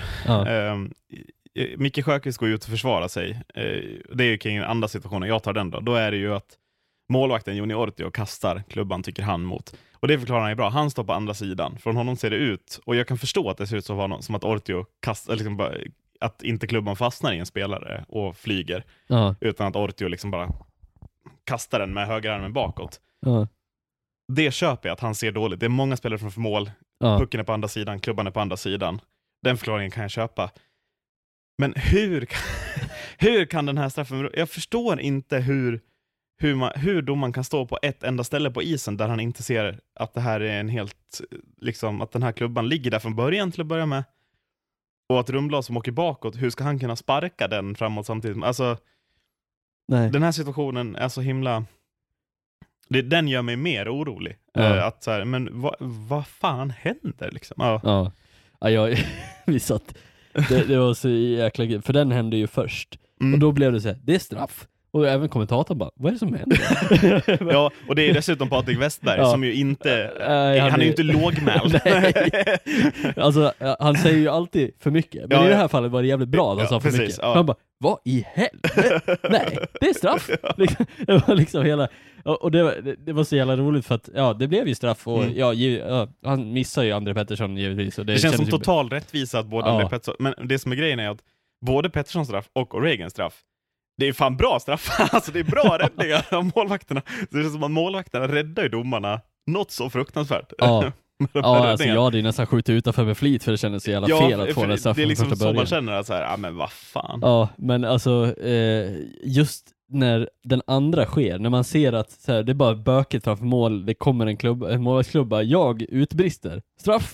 Speaker 1: Micke Sjöqvist går ut och försvara sig. Det är ju kring den andra situationen, jag tar den då. Då är det ju att målvakten Joni Ortio kastar klubban, tycker han, mot. Och det förklarar han ju bra. Han står på andra sidan. Från honom ser det ut, och jag kan förstå att det ser ut som att Ortio kastar, liksom bara, att inte klubban fastnar i en spelare och flyger. Utan att Ortio liksom bara kastar den med högerarmen bakåt. Det köper jag, att han ser dåligt. Det är många spelare från mål. Pucken är på andra sidan, klubban är på andra sidan. Den förklaringen kan jag köpa. Men hur kan den här straffen... Jag förstår inte hur domaren kan stå på ett enda ställe på isen där han inte ser att det här är en helt... Liksom, att den här klubban ligger där från början till att börja med. Och att Rundblad som åker bakåt, hur ska han kunna sparka den framåt samtidigt? Alltså, den här situationen är så himla... Den gör mig mer orolig. Att så här, men vad fan händer liksom?
Speaker 4: Vi satt... Det var så jäkla... För den hände ju först. Och då blev det så här, det är straff. Och även kommentatorn bara, vad är det som händer?
Speaker 1: Ja, och det är dessutom Patrik Westberg som ju inte, han är ju inte lågmäld.
Speaker 4: Alltså, han säger ju alltid för mycket. Men i det här fallet var det jävligt bra att han sa för
Speaker 1: precis,
Speaker 4: mycket.
Speaker 1: ja.
Speaker 4: Han bara, vad i helvete? Nej, det är straff. Det var liksom hela... Och det var så jävla roligt för att, det blev ju straff och han missar ju André Pettersson givetvis. Och
Speaker 1: det känns som total rättvisa att båda André Pettersson, men det som är grejen är att både Petterssons straff och O'Regans straff, det är fan bra straff. Alltså det är bra räddningar av målvakterna. Det är som att målvakterna räddar ju domarna något så fruktansvärt.
Speaker 4: Ja, alltså jag hade ju nästan skjutit utanför med flit för det kändes så jävla fel att få den straffen.
Speaker 1: Det är liksom så man känner att så här, men vad fan.
Speaker 4: Ja, men alltså just när den andra sker, när man ser att så här, det är bara böket framför mål, det kommer en målvaktsklubba, jag utbrister, straff.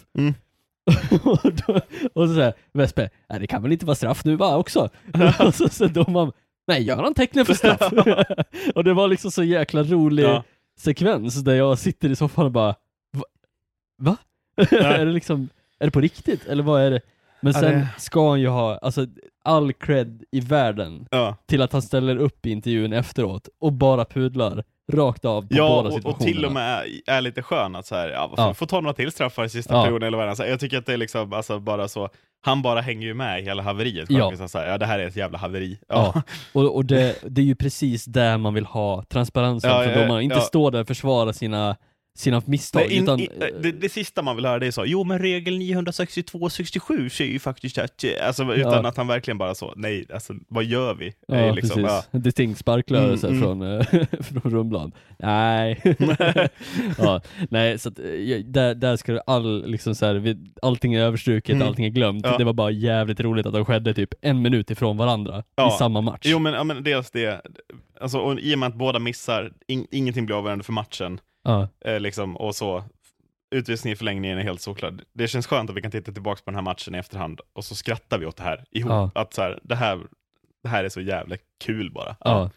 Speaker 4: och så säger Vespe, nej det kan väl inte vara straff nu va också. Och så domaren, nej gör han tecknen för straff. Och det var liksom så jäkla rolig sekvens där jag sitter i soffan och bara va? Är det liksom, är det på riktigt eller vad är det? Men sen ska han ju ha alltså all cred i världen till att han ställer upp i intervjun efteråt och bara pudlar rakt av på båda situationerna.
Speaker 1: Och till och med är lite skön att så här, får ta några till straffar i sista perioden eller vad det är. Jag tycker att det är liksom alltså bara så, han bara hänger ju med i hela haveriet. Så här, det här är ett jävla haveri.
Speaker 4: Och det är ju precis där man vill ha transparensen för domarna. Inte stå där och försvara sina misstag.
Speaker 1: Det sista man vill höra det är så, jo men regel 962-67 säger ju faktiskt att, alltså, utan att han verkligen bara så, nej, alltså vad gör vi?
Speaker 4: Liksom, distinkt sparklörelse från Rumland. Nej. Nej, så att, där ska liksom så här, allting är överstruket, allting är glömt. Det var bara jävligt roligt att de skedde typ 1 minut ifrån varandra i samma match.
Speaker 1: Jo men dels det, alltså, och i och med att båda missar, ingenting blir avgörande för matchen. Liksom, och så utvisning i förlängningen är helt såklart. Det känns skönt att vi kan titta tillbaka på den här matchen i efterhand och så skrattar vi åt det här ihop. Att så här, det här är så jävla kul bara.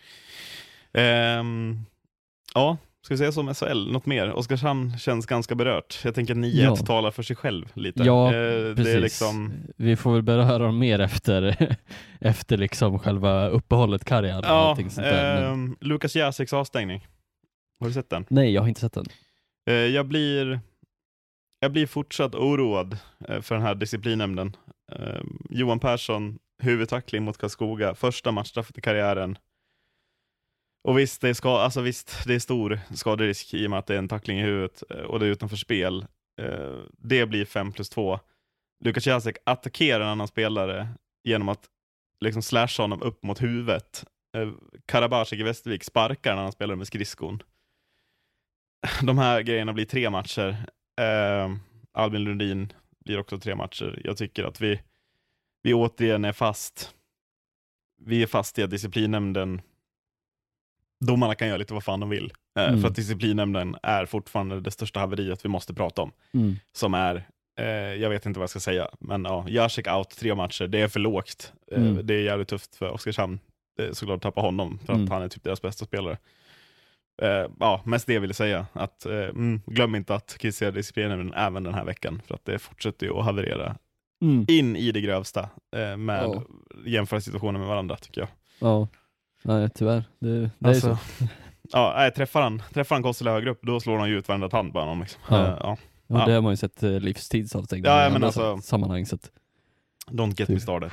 Speaker 1: Ska vi säga som SHL, något mer? Oskarshamn känns ganska berört. Jag tänker att 9-1 talar för sig själv lite.
Speaker 4: Precis.
Speaker 1: Det är liksom...
Speaker 4: Vi får väl börja höra dem mer efter liksom själva uppehållet, karriär och allting sånt där.
Speaker 1: Lukas Järsiks avstängning. Har du sett den?
Speaker 4: Nej, jag har inte sett den.
Speaker 1: Jag blir fortsatt oroad för den här disciplinnämnden. Johan Persson, huvudtackling mot Karlskoga, första matchstraffet i karriären. Och visst, det är stor skaderisk i och med att det är en tackling i huvudet och det är utanför spel. Det blir 5+2. Lukas Järsic attackerar en annan spelare genom att liksom slasha honom upp mot huvudet. Karabasek i Västervik sparkar en annan spelare med skridskon. De här grejerna blir 3 matcher. Albin Lundin blir också 3 matcher. Jag tycker att vi återigen är fast. Vi är fast i att disciplinnämnden, domarna kan göra lite vad fan de vill. För att disciplinnämnden är fortfarande det största haveriet vi måste prata om. Som är, jag vet inte vad jag ska säga, men Järsic out 3 matcher, det är för lågt. Det är jävligt tufft för Oskarshamn. Det är såklart att tappa honom för att han är typ deras bästa spelare. Mest det jag ville säga, att glöm inte att kritisera disciplinen även den här veckan, för att det fortsätter ju att haverera in i det grövsta med jämföra situationer med varandra, tycker jag.
Speaker 4: Nej, tyvärr. Det
Speaker 1: alltså,
Speaker 4: är så.
Speaker 1: Träffar han Kossela högre upp, då slår han ju ut varenda tand liksom.
Speaker 4: Det har man ju sett livstidsavstängning i andra sammanhang. Så att...
Speaker 1: Don't get me started.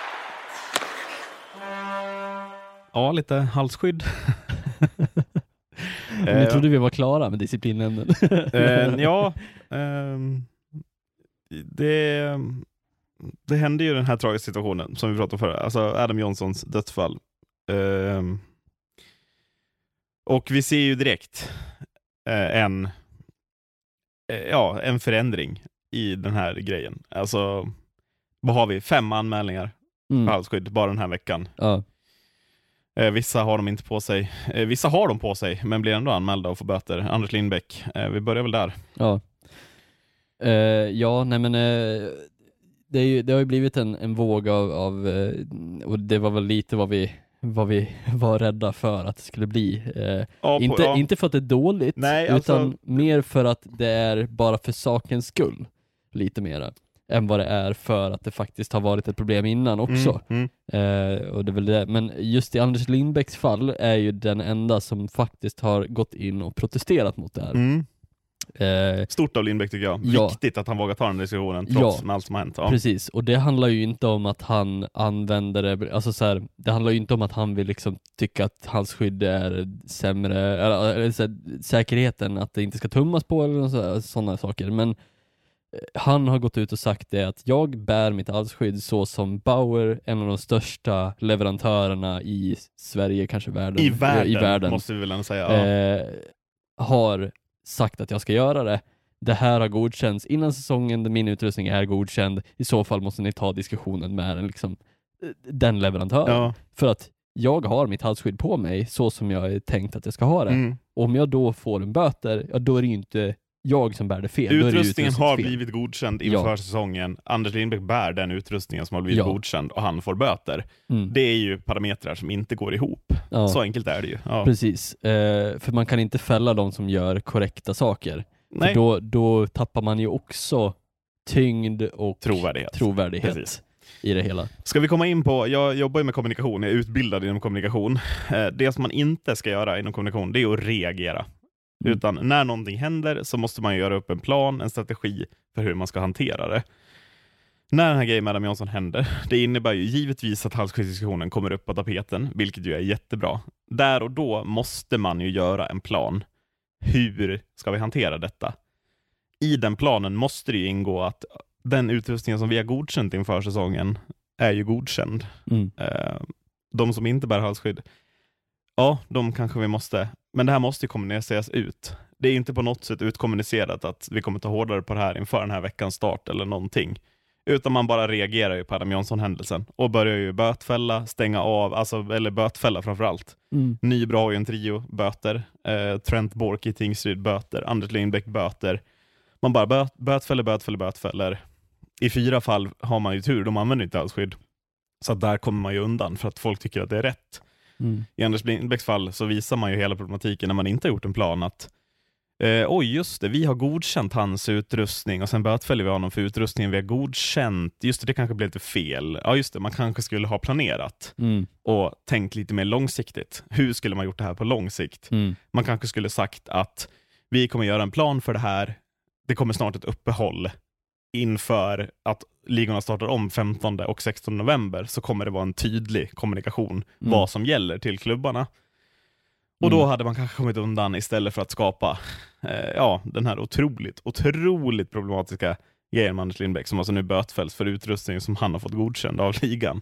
Speaker 1: Lite halsskydd.
Speaker 4: Jag trodde vi var klara med disciplinnämnden.
Speaker 1: Det hände ju den här tragiska situationen som vi pratade om förra. Alltså Adam Jonssons dödsfall. Och vi ser ju direkt en förändring i den här grejen. Alltså, vad har vi? 5 anmälningar för halsskydd bara den här veckan. Vissa har de inte på sig. Vissa har de på sig, men blir ändå anmälda och får böter. Anders Lindbäck, vi börjar väl där.
Speaker 4: Det har ju blivit en våg av och det var väl lite vad vi var rädda för att det skulle bli. Inte för att det är dåligt, utan mer för att det är bara för sakens skull. Lite mera. än vad det är för att det faktiskt har varit ett problem innan också. Och det är väl det. Men just i Anders Lindbäcks fall är ju den enda som faktiskt har gått in och protesterat mot det här.
Speaker 1: Stort av Lindbäck tycker jag.
Speaker 4: Ja.
Speaker 1: Viktigt att han vågar ta den diskussionen trots med allt som har hänt. Ja.
Speaker 4: Precis, och det handlar ju inte om att han använder det, alltså så här, det handlar ju inte om att han vill liksom tycka att hans skydd är sämre, eller så här, säkerheten, att det inte ska tummas på eller sådana saker, men han har gått ut och sagt det att jag bär mitt halsskydd så som Bauer, en av de största leverantörerna i Sverige, kanske världen. I världen
Speaker 1: måste vi väl ändå säga.
Speaker 4: Har sagt att jag ska göra det. Det här har godkänts innan säsongen, min utrustning är godkänd. I så fall måste ni ta diskussionen med den leverantören. För att jag har mitt halsskydd på mig så som jag är tänkt att jag ska ha det. Om jag då får en böter, då är det ju inte jag som bär det fel.
Speaker 1: Utrustningen har blivit godkänd inför säsongen. Anders Lindbäck bär den utrustningen som har blivit godkänd och han får böter. Det är ju parametrar som inte går ihop. Så enkelt är det ju.
Speaker 4: Precis. För man kan inte fälla de som gör korrekta saker.
Speaker 1: Nej.
Speaker 4: För då tappar man ju också tyngd och trovärdighet i det hela.
Speaker 1: Ska vi komma in på, jag jobbar ju med kommunikation, jag är utbildad inom kommunikation. Det som man inte ska göra inom kommunikation, det är att reagera. Utan när någonting händer så måste man göra upp en plan, en strategi för hur man ska hantera det. När den här grejen med Adam Jansson händer, det innebär ju givetvis att halsskyddsdiskussionen kommer upp på tapeten, vilket ju är jättebra. Där och då måste man ju göra en plan. Hur ska vi hantera detta? I den planen måste det ju ingå att den utrustningen som vi har godkänt inför säsongen är ju godkänd. De som inte bär halsskydd, de kanske vi måste, men det här måste ju kommuniceras ut. Det är inte på något sätt utkommunicerat att vi kommer ta hårdare på det här inför den här veckans start eller någonting. Utan man bara reagerar ju på Adam Jansson-händelsen och börjar ju bötfälla, stänga av, eller bötfälla framförallt. Nybra har ju en trio böter, Trent Bork i Tingsryd böter, Anders Lindbäck böter. Man bara bötfäller. I 4 fall har man ju tur, de använder inte alls skydd. Så där kommer man ju undan för att folk tycker att det är rätt. I Anders Lindbäcks fall så visar man ju hela problematiken när man inte har gjort en plan att just det, vi har godkänt hans utrustning och sen bötfäller vi honom för utrustningen vi har godkänt. Just det kanske blev lite fel. Ja just det, man kanske skulle ha planerat och tänkt lite mer långsiktigt. Hur skulle man gjort det här på lång sikt? Man kanske skulle sagt att vi kommer göra en plan för det här. Det kommer snart ett uppehåll inför att ligorna startar om 15 och 16 november, så kommer det vara en tydlig kommunikation vad som gäller till klubbarna. Och då hade man kanske kommit undan istället för att skapa den här otroligt problematiska grejen med Anders Lindbäck som alltså nu bötfälls för utrustning som han har fått godkänd av ligan.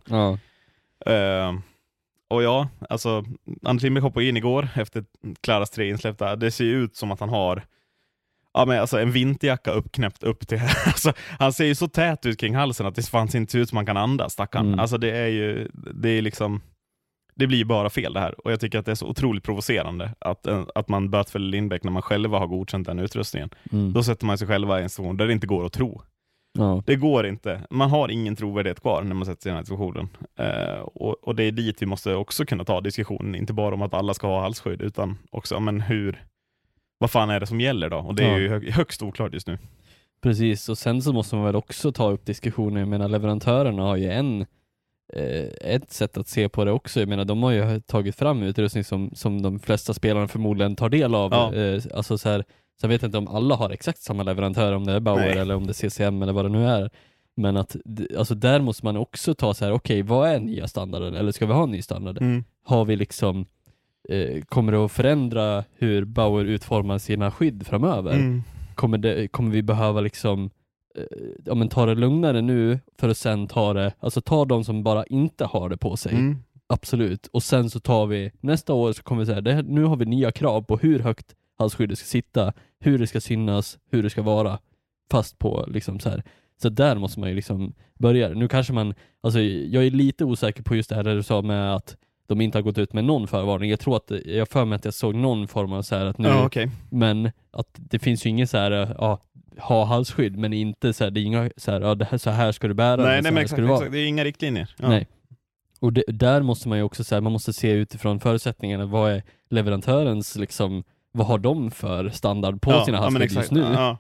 Speaker 1: Och alltså Anders Lindbäck hoppade in igår efter Klaras 3 insläppta. Det ser ju ut som att han har en vinterjacka uppknäppt upp till alltså, han ser ju så tät ut kring halsen att det fanns inte ut som man kan andas, stackarn. Alltså det är liksom, det blir bara fel det här. Och jag tycker att det är så otroligt provocerande att man bötfäller Lindbäck när man själva har godkänt den utrustningen. Då sätter man sig själva i en situation där det inte går att tro. Det går inte. Man har ingen trovärdighet kvar när man sätter sig i den här situationen. Och det är dit vi måste också kunna ta diskussionen. Inte bara om att alla ska ha halsskydd utan också vad fan är det som gäller då? Och det är ju högst oklart just nu. Precis, och sen så måste man väl också ta upp diskussioner. Jag menar, leverantörerna har ju ett sätt att se på det också. Jag menar, de har ju tagit fram utrustning som de flesta spelarna förmodligen tar del av. Alltså så här, så jag vet inte om alla har exakt samma leverantör, om det är Bauer eller om det är CCM eller vad det nu är. Men att, alltså där måste man också ta så här, okej, vad är nya standarden? Eller ska vi ha en ny standard? Har vi liksom kommer det att förändra hur Bauer utformar sina skydd framöver? Kommer vi behöva liksom ta det lugnare nu för att sen ta de som bara inte har det på sig. Absolut. Och sen så tar vi nästa år, så kommer vi säga nu har vi nya krav på hur högt halsskyddet ska sitta, hur det ska synas, hur det ska vara fast på liksom så här. Så där måste man ju liksom börja. Nu kanske jag är lite osäker på just det här där du sa med att de inte har gått ut med någon förvarning. Jag tror att jag för mig att jag såg någon form av så här att nu, men att det finns ju ingen så här ha halsskydd, men inte så här, det är inga så här så här ska du bära. Nej men exakt, det är inga riktlinjer.
Speaker 4: Nej. Och där måste man ju också så här, man måste se utifrån förutsättningarna, vad är leverantörens liksom, vad har de för standard på sina halsskydd just nu?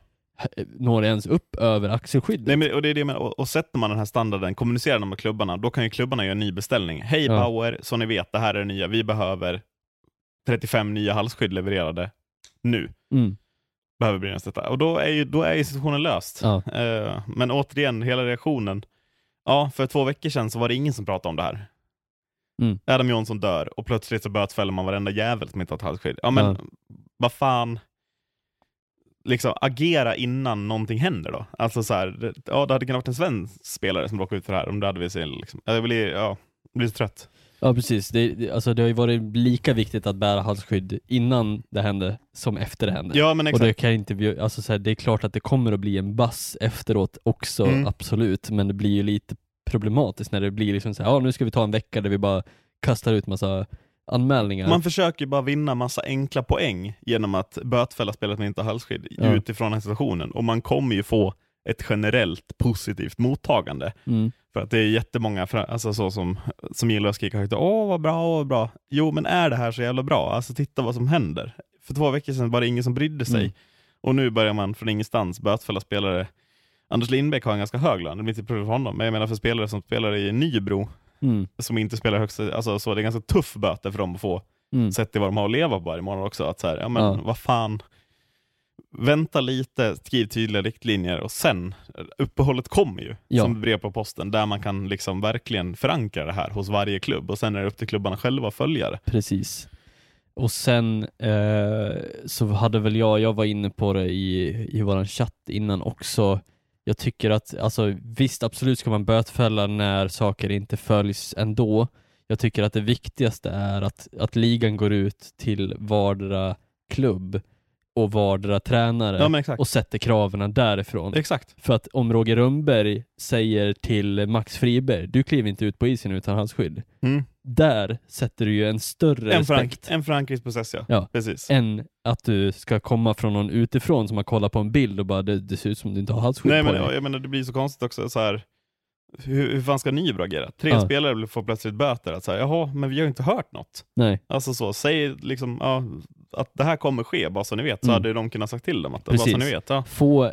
Speaker 4: når ens upp över axelskyddet.
Speaker 1: Nej, men, och det är det med, och sätter man den här standarden, kommunicerar med klubbarna, då kan ju klubbarna göra en ny beställning. Hej Bauer, så ni vet, det här är det nya. Vi behöver 35 nya halsskydd levererade nu. Behöver bli detta. Och då är ju situationen löst. Men återigen, hela reaktionen. Ja, för 2 veckor sedan så var det ingen som pratade om det här. Adam Johnson dör och plötsligt så bötfäller man varenda jävel som inte har ett halsskydd. Ja, men vad fan, liksom agera innan någonting händer då. Alltså så här, ja, det hade kunnat varit en svensk spelare som råkade ut för det här, om det hade vi sett liksom. Jag blir så trött.
Speaker 4: Ja, precis. Det har ju varit lika viktigt att bära halsskydd innan det hände som efter det hände.
Speaker 1: Ja, men exakt.
Speaker 4: Och det kan inte, alltså så här, det är klart att det kommer att bli en bass efteråt också, absolut, men det blir ju lite problematiskt när det blir liksom så här, ja, nu ska vi ta en vecka där vi bara kastar ut massa anmälningar. Man
Speaker 1: försöker bara vinna massa enkla poäng genom att bötfälla spelet med inte halsskydd utifrån den här situationen, och man kommer ju få ett generellt positivt mottagande. För att det är jättemånga alltså så som gillar att skrika högt, vad bra. Jo, men är det här så jävla bra? Alltså titta vad som händer. För 2 veckor sedan var det ingen som brydde sig. Och nu börjar man från ingenstans bötfälla spelare. Anders Lindbäck har en ganska hög lön, det blir inte problem för honom. Men jag menar för spelare som spelar i Nybro, som inte spelar högsta, alltså så det är ganska tuff böter för dem att få, sett till vad de har att leva på varje månad också. Att så här, ja men vad fan, vänta lite, skriv tydliga riktlinjer, och sen uppehållet kommer ju som brev på posten, där man kan liksom verkligen förankra det här hos varje klubb, och sen är det upp till klubbarna själva att följa det.
Speaker 4: Precis. Och sen så hade väl jag var inne på det i våran chatt innan också. Jag tycker att, alltså visst, absolut ska man bötfälla när saker inte följs ändå. Jag tycker att det viktigaste är att ligan går ut till vardera klubb och vardera tränare och sätter kraven därifrån.
Speaker 1: Exakt.
Speaker 4: För att om Roger Rönnberg säger till Max Friberg, du kliver inte ut på isen utan halsskydd. Där sätter du ju en större respekt.
Speaker 1: En förankringsprocess, ja. Precis.
Speaker 4: Än att du ska komma från någon utifrån som har kollat på en bild och bara, det ser ut som du inte har halsskydd på dig.
Speaker 1: Nej, men jag menar, det blir så konstigt också så här. Hur fan ska Nybro agera? 3 spelare får plötsligt böter att säga, jaha, men vi har ju inte hört något.
Speaker 4: Nej.
Speaker 1: Alltså så, säg liksom, att det här kommer ske, bara så ni vet, så hade de kunnat sagt till dem att bara så ni vet. Ja.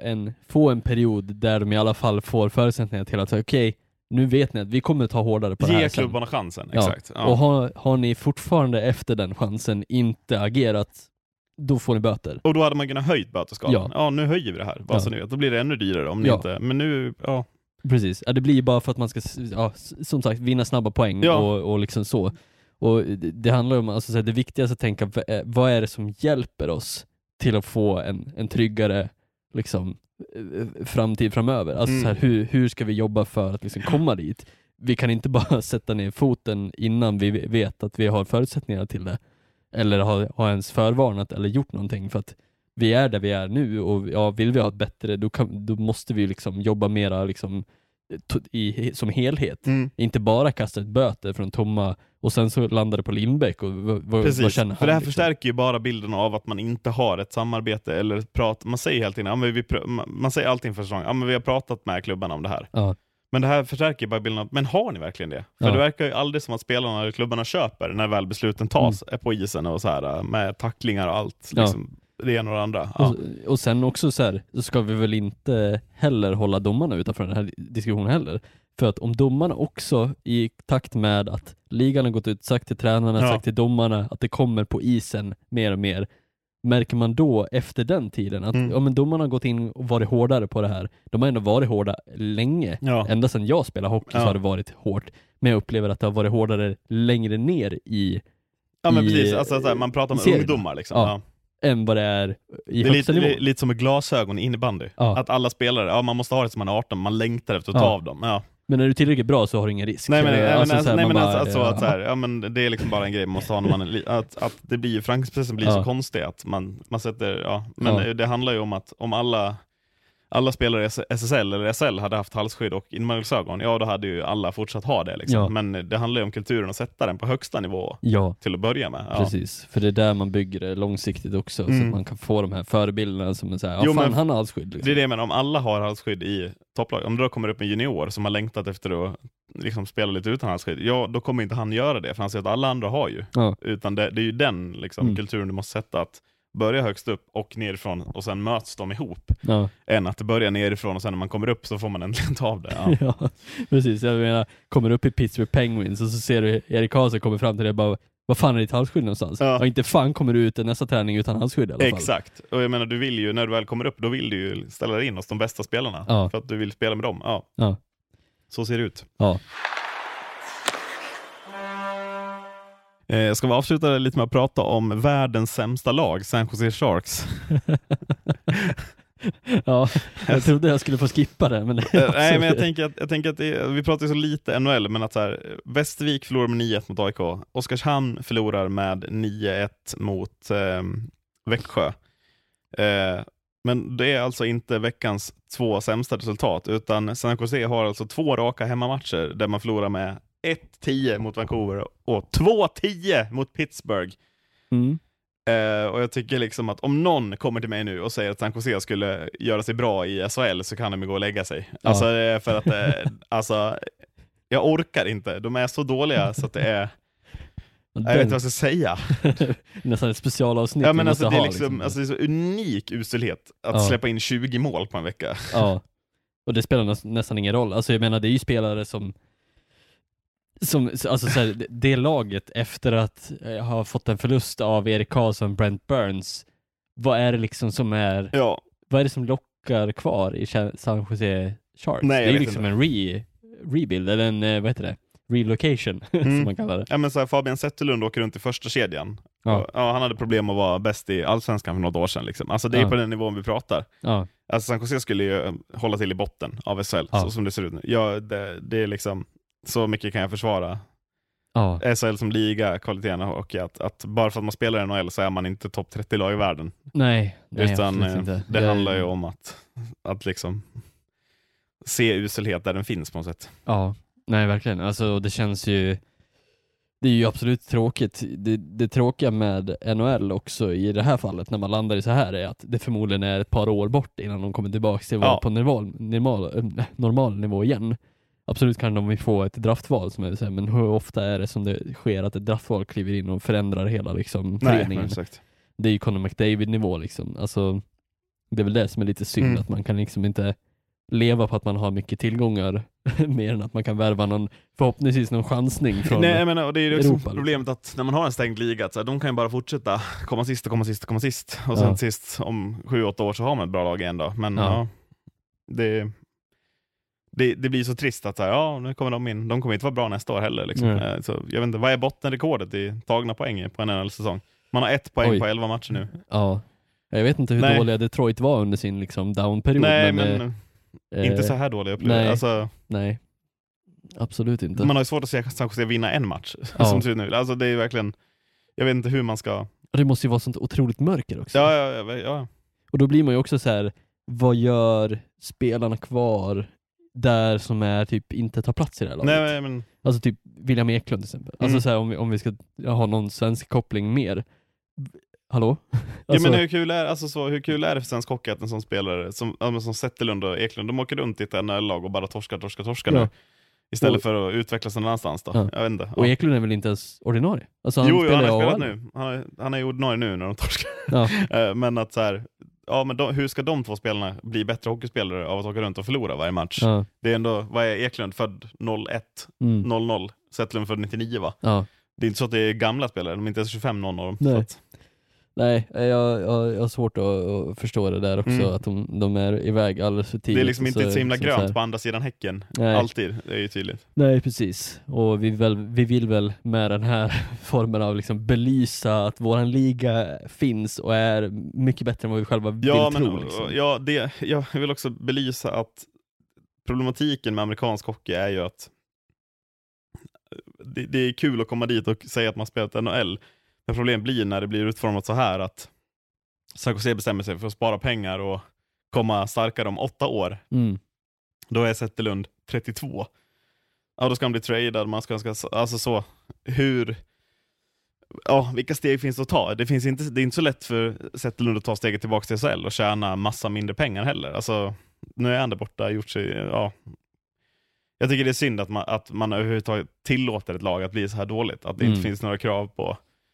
Speaker 4: Få en period där de i alla fall får förutsättningar till att säga, okej, nu vet ni att vi kommer ta hårdare på det här.
Speaker 1: Ge klubbarna chansen, exakt. Ja.
Speaker 4: Och har ni fortfarande efter den chansen inte agerat, då får ni böter.
Speaker 1: Och då hade man kunnat höjt böteskalan. Ja, nu höjer vi det här, bara så ni vet. Då blir det ännu dyrare om ni inte, men nu,
Speaker 4: Precis, det blir bara för att man ska, som sagt, vinna snabba poäng och liksom så. Och det handlar om, alltså, det viktigaste att tänka, vad är det som hjälper oss till att få en tryggare liksom, framtid framöver? Alltså så här, hur ska vi jobba för att liksom komma dit? Vi kan inte bara sätta ner foten innan vi vet att vi har förutsättningar till det. Eller har ens förvarnat eller gjort någonting, för att vi är där vi är nu, och vill vi ha ett bättre, då måste vi liksom jobba mera liksom, som helhet. Inte bara kasta ett böter från tomma och sen så landar det på Lindbäck och vad känner han?
Speaker 1: För det här förstärker ju bara bilden av att man inte har ett samarbete eller man säger helt tiden, man säger allting för säsong, men vi har pratat med klubbarna om det här. Men det här förstärker ju bara bilden av, men har ni verkligen det? För det verkar ju aldrig som att spelarna eller klubbarna köper när väl besluten tas på isen och så här, med tacklingar och allt liksom. Det ena och det andra.
Speaker 4: Och sen också så här, så ska vi väl inte heller hålla domarna utanför den här diskussionen heller. För att om domarna också i takt med att ligan har gått ut, sagt till tränarna, sagt till domarna att det kommer på isen mer och mer, märker man då efter den tiden att men domarna har gått in och varit hårdare på det här. De har ändå varit hårda länge. Ända sedan jag spelade hockey så har det varit hårt. Men jag upplever att det har varit hårdare längre ner i
Speaker 1: men precis. Alltså, så här, man pratar om ungdomar liksom.
Speaker 4: Än vad det är i
Speaker 1: det
Speaker 4: högsta nivå.
Speaker 1: Lite som med glasögon i innebandy. Att alla spelare, man måste ha det som man är 18, man längtar efter att ta av dem.
Speaker 4: Men när du är tillräckligt bra så har du ingen risk.
Speaker 1: Men det är liksom bara en grej man måste ha när man att det blir, förankringsprocessen blir så konstig att man sätter, det handlar ju om att om alla spelare i SSL eller SL hade haft halsskydd och inmärgelsögon, då hade ju alla fortsatt ha det liksom. Men det handlar ju om kulturen att sätta den på högsta nivå till att börja med.
Speaker 4: Precis, för det är där man bygger det långsiktigt också, så att man kan få de här förebilderna som säger, han har halsskydd liksom.
Speaker 1: Det är det, men om alla har halsskydd i topplag, om det då kommer upp en junior som har längtat efter att liksom spela lite utan halsskydd, då kommer inte han göra det, för han säger att alla andra har ju. Utan det är ju den liksom, kulturen du måste sätta, börja högst upp och nerifrån och sen möts de ihop.
Speaker 4: Ja.
Speaker 1: Än att det börjar nerifrån och sen när man kommer upp så får man äntligen ta av det. Ja.
Speaker 4: Ja, precis. Jag menar, kommer upp i Pittsburgh Penguins och så ser du Erik Karlsson kommer fram till det och bara, vad fan är ditt halsskydd någonstans?
Speaker 1: Ja.
Speaker 4: Och inte fan kommer du ut nästa träning utan halsskydd i alla fall.
Speaker 1: Exakt. Och jag menar, du vill ju, när du väl kommer upp, då vill du ju ställa dig in hos de bästa spelarna.
Speaker 4: Ja.
Speaker 1: För att du vill spela med dem. Ja.
Speaker 4: Ja.
Speaker 1: Så ser det ut.
Speaker 4: Ja.
Speaker 1: Jag ska avsluta lite med att prata om världens sämsta lag, San Jose Sharks.
Speaker 4: Ja, jag trodde jag skulle få skippa det. Men
Speaker 1: Nej, men jag tänker att vi pratar ju så lite NHL, men att så här, Västervik förlorar med 9-1 mot AIK. Oskarshamn förlorar med 9-1 mot Växjö. Men det är alltså inte veckans 2 sämsta resultat, utan San Jose har alltså 2 raka hemmamatcher där man förlorar med 1-10 mot Vancouver och 2-10 mot Pittsburgh.
Speaker 4: Mm.
Speaker 1: Och jag tycker liksom att om någon kommer till mig nu och säger att San Jose skulle göra sig bra i SHL så kan de gå och lägga sig.
Speaker 4: Ja.
Speaker 1: Alltså för att alltså, jag orkar inte. De är så dåliga så att det är jag vet inte vad jag ska säga.
Speaker 4: Nästan ett specialavsnitt.
Speaker 1: Ja, men
Speaker 4: vi
Speaker 1: alltså, det är
Speaker 4: ha,
Speaker 1: liksom, alltså det är så unik uselhet att släppa in 20 mål på en vecka.
Speaker 4: Ja, och det spelar nästan ingen roll. Alltså jag menar, det är ju spelare som alltså så här, det laget efter att ha fått en förlust av Erik Karlsson, Brent Burns, vad är det liksom som är, vad är det som lockar kvar i San Jose Sharks?
Speaker 1: Nej,
Speaker 4: det är ju liksom en rebuild, eller en, vad heter det? Relocation, som man kallar det.
Speaker 1: Ja, men så här, Fabian Zetterlund åker runt i första kedjan. Ja. Och, han hade problem att vara bäst i Allsvenskan för något år sedan. Liksom. Alltså det är på den nivån vi pratar.
Speaker 4: Ja.
Speaker 1: Alltså San Jose skulle ju hålla till i botten av SHL, så som det ser ut nu. Ja, det är liksom, så mycket kan jag försvara. SHL som liga, kvaliteten, och att bara för att man spelar i NHL så är man inte topp 30 lag i världen.
Speaker 4: Nej,
Speaker 1: utan
Speaker 4: inte.
Speaker 1: Det handlar ju om att liksom se uselhet där den finns på något sätt.
Speaker 4: Ja, nej verkligen. Alltså det känns ju, det är ju absolut tråkigt. Det tråkiga med NHL också i det här fallet när man landar i så här är att det förmodligen är ett par år bort innan de kommer tillbaka till att vara på normal nivå igen. Absolut kan de få ett draftval som är så här, men hur ofta är det som det sker att ett draftval kliver in och förändrar hela liksom föreningen?
Speaker 1: Exakt.
Speaker 4: Det är ju Conor McDavid-nivå liksom. Alltså, det är väl det som är lite synd, att man kan liksom inte leva på att man har mycket tillgångar mer än att man kan värva förhoppningsvis någon chansning från
Speaker 1: Nej, men och det är ju liksom
Speaker 4: Europa,
Speaker 1: problemet att när man har en stängd liga att så här, de kan ju bara fortsätta komma sist och sen sist om 7-8 år så har man ett bra lag igen då. Men det blir så trist att nu kommer de in. De kommer inte vara bra nästa år heller. Liksom. Så, jag vet inte, vad är bottenrekordet i tagna poäng på en NHL-säsong? Man har 1 poäng på 11 matcher nu.
Speaker 4: Ja, jag vet inte hur dåliga Detroit var under sin liksom down-period.
Speaker 1: Nej, men inte så här dåliga upplevelser.
Speaker 4: Nej,
Speaker 1: alltså,
Speaker 4: nej, absolut inte.
Speaker 1: Man har ju svårt att se San Jose vinna en match. Som ser ut nu. Alltså det är verkligen, jag vet inte hur man ska...
Speaker 4: Det måste ju vara sånt otroligt mörker också.
Speaker 1: Ja.
Speaker 4: Och då blir man ju också så här, vad gör spelarna kvar där som är typ inte tar plats i det här laget?
Speaker 1: Nej, men...
Speaker 4: Alltså typ William Eklund till exempel. Alltså så här, om vi ska ha någon svensk koppling mer. Hallå? Alltså...
Speaker 1: Ja, men hur kul är det för svensk hockey att en sån spelare som Zetterlund och Eklund, de åker runt i ett NHL-lag och bara torskar nu. Istället för att utvecklas någon annanstans då. Jag vet inte.
Speaker 4: Och Eklund är väl inte ens ordinarie? Alltså, han
Speaker 1: han har spelat nu. Han är ordinarie nu när de torskar. Men att så här, men hur ska de två spelarna bli bättre hockeyspelare av att åka runt och förlora varje match? Det är ändå, vad är Eklund född 01-00, Zetterlund född 99 va? Det är inte så att det är gamla spelare, de är inte ens 25 någon av dem.
Speaker 4: Nej.
Speaker 1: Så att...
Speaker 4: Nej, jag har svårt att förstå det där också, att de är iväg alldeles för tidigt.
Speaker 1: Det är liksom inte så himla grönt
Speaker 4: så
Speaker 1: på andra sidan häcken.
Speaker 4: Nej.
Speaker 1: Alltid, det är ju tydligt.
Speaker 4: Nej, precis. Och vi vill väl med den här formen av liksom belysa att våran liga finns och är mycket bättre än vad vi själva vill tro. Liksom.
Speaker 1: Jag vill också belysa att problematiken med amerikansk hockey är ju att det är kul att komma dit och säga att man spelat NHL. Men problemet blir när det blir utformat så här att San Jose bestämmer sig för att spara pengar och komma starkare om 8 år. Då är Zetterlund 32. Ja, då ska han bli tradad. Man ska alltså så, vilka steg finns det att ta? Det är inte så lätt för Zetterlund att ta steget tillbaka till SHL och tjäna massa mindre pengar heller. Alltså, nu är han där borta, gjort sig, Jag tycker det är synd att man överhuvudtaget tillåter ett lag att bli så här dåligt. Att det inte finns några krav på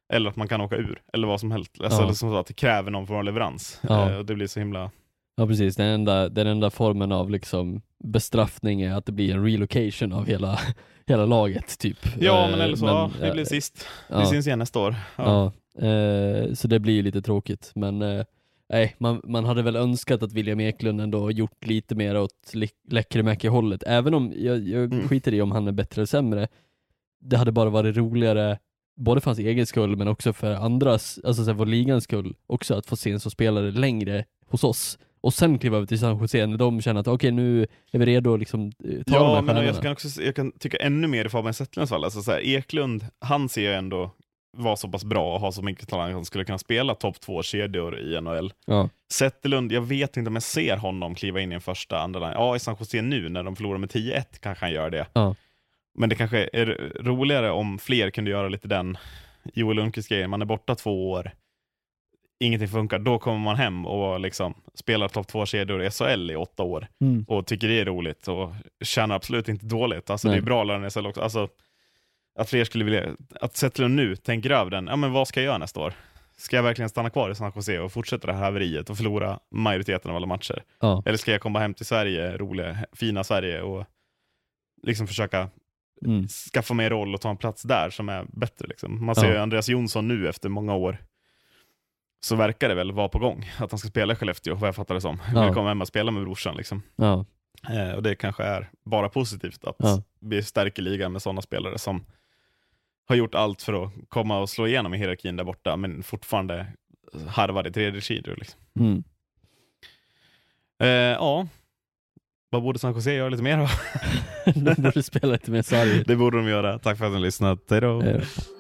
Speaker 1: Eller att man kan åka ur, eller vad som helst. Alltså, eller som så att det kräver någon form av leverans. Och det blir så himla...
Speaker 4: Ja, precis. Den enda formen av liksom bestraffning är att det blir en relocation av hela laget, typ.
Speaker 1: Ja, men eller så, vi blir sist. Vi syns igen nästa år.
Speaker 4: Så det blir lite tråkigt. Men man hade väl önskat att William Eklund ändå gjort lite mer åt Lekkerimäki-hållet. Även om jag skiter i om han är bättre eller sämre. Det hade bara varit roligare, både för hans egen skull men också för andras, alltså för ligans skull också, att få se en som spelare längre hos oss. Och sen kliva över till San Jose när de känner att okej, nu är vi redo att liksom ta de här stjärnorna.
Speaker 1: Jag kan tycka ännu mer i Fabian Zetterlunds fall. Alltså, så här, Eklund, han ser ju ändå vara så pass bra och ha så mycket talang att han skulle kunna spela topp 2 kedjor i NHL. Zetterlund, jag vet inte om jag ser honom kliva in i en första, andra line. Ja, i San Jose nu när de förlorar med 10-1 kanske han gör det. Men det kanske är roligare om fler kunde göra lite den Joel Lundqvist-grejen. Man är borta 2 år, ingenting funkar, då kommer man hem och liksom spelar topp 2 kedjor i SHL i 8 år och tycker det är roligt och känner absolut inte dåligt. Alltså det är bra lärare i SHL också. Alltså att fler skulle vilja, att Zetterlund nu tänker över den, ja men vad ska jag göra nästa år? Ska jag verkligen stanna kvar i San Jose och fortsätta det här haveriet och förlora majoriteten av alla matcher? Eller ska jag komma hem till Sverige, roliga, fina Sverige, och liksom försöka skaffa mig roll och ta en plats där som är bättre liksom. Man ser Andreas Jonsson nu efter många år, så verkar det väl vara på gång att han ska spela i Skellefteå, vad jag fattar det som. Vill komma hem och spela med brorsan liksom. Och det kanske är bara positivt att vi stärker ligan med sådana spelare som har gjort allt för att komma och slå igenom i hierarkin där borta, men fortfarande harvar i tredje sidor liksom. Vad borde San Jose göra lite mer då?
Speaker 4: De borde spela lite mer sarg.
Speaker 1: Det borde de göra. Tack för att ni har lyssnat. Hej då.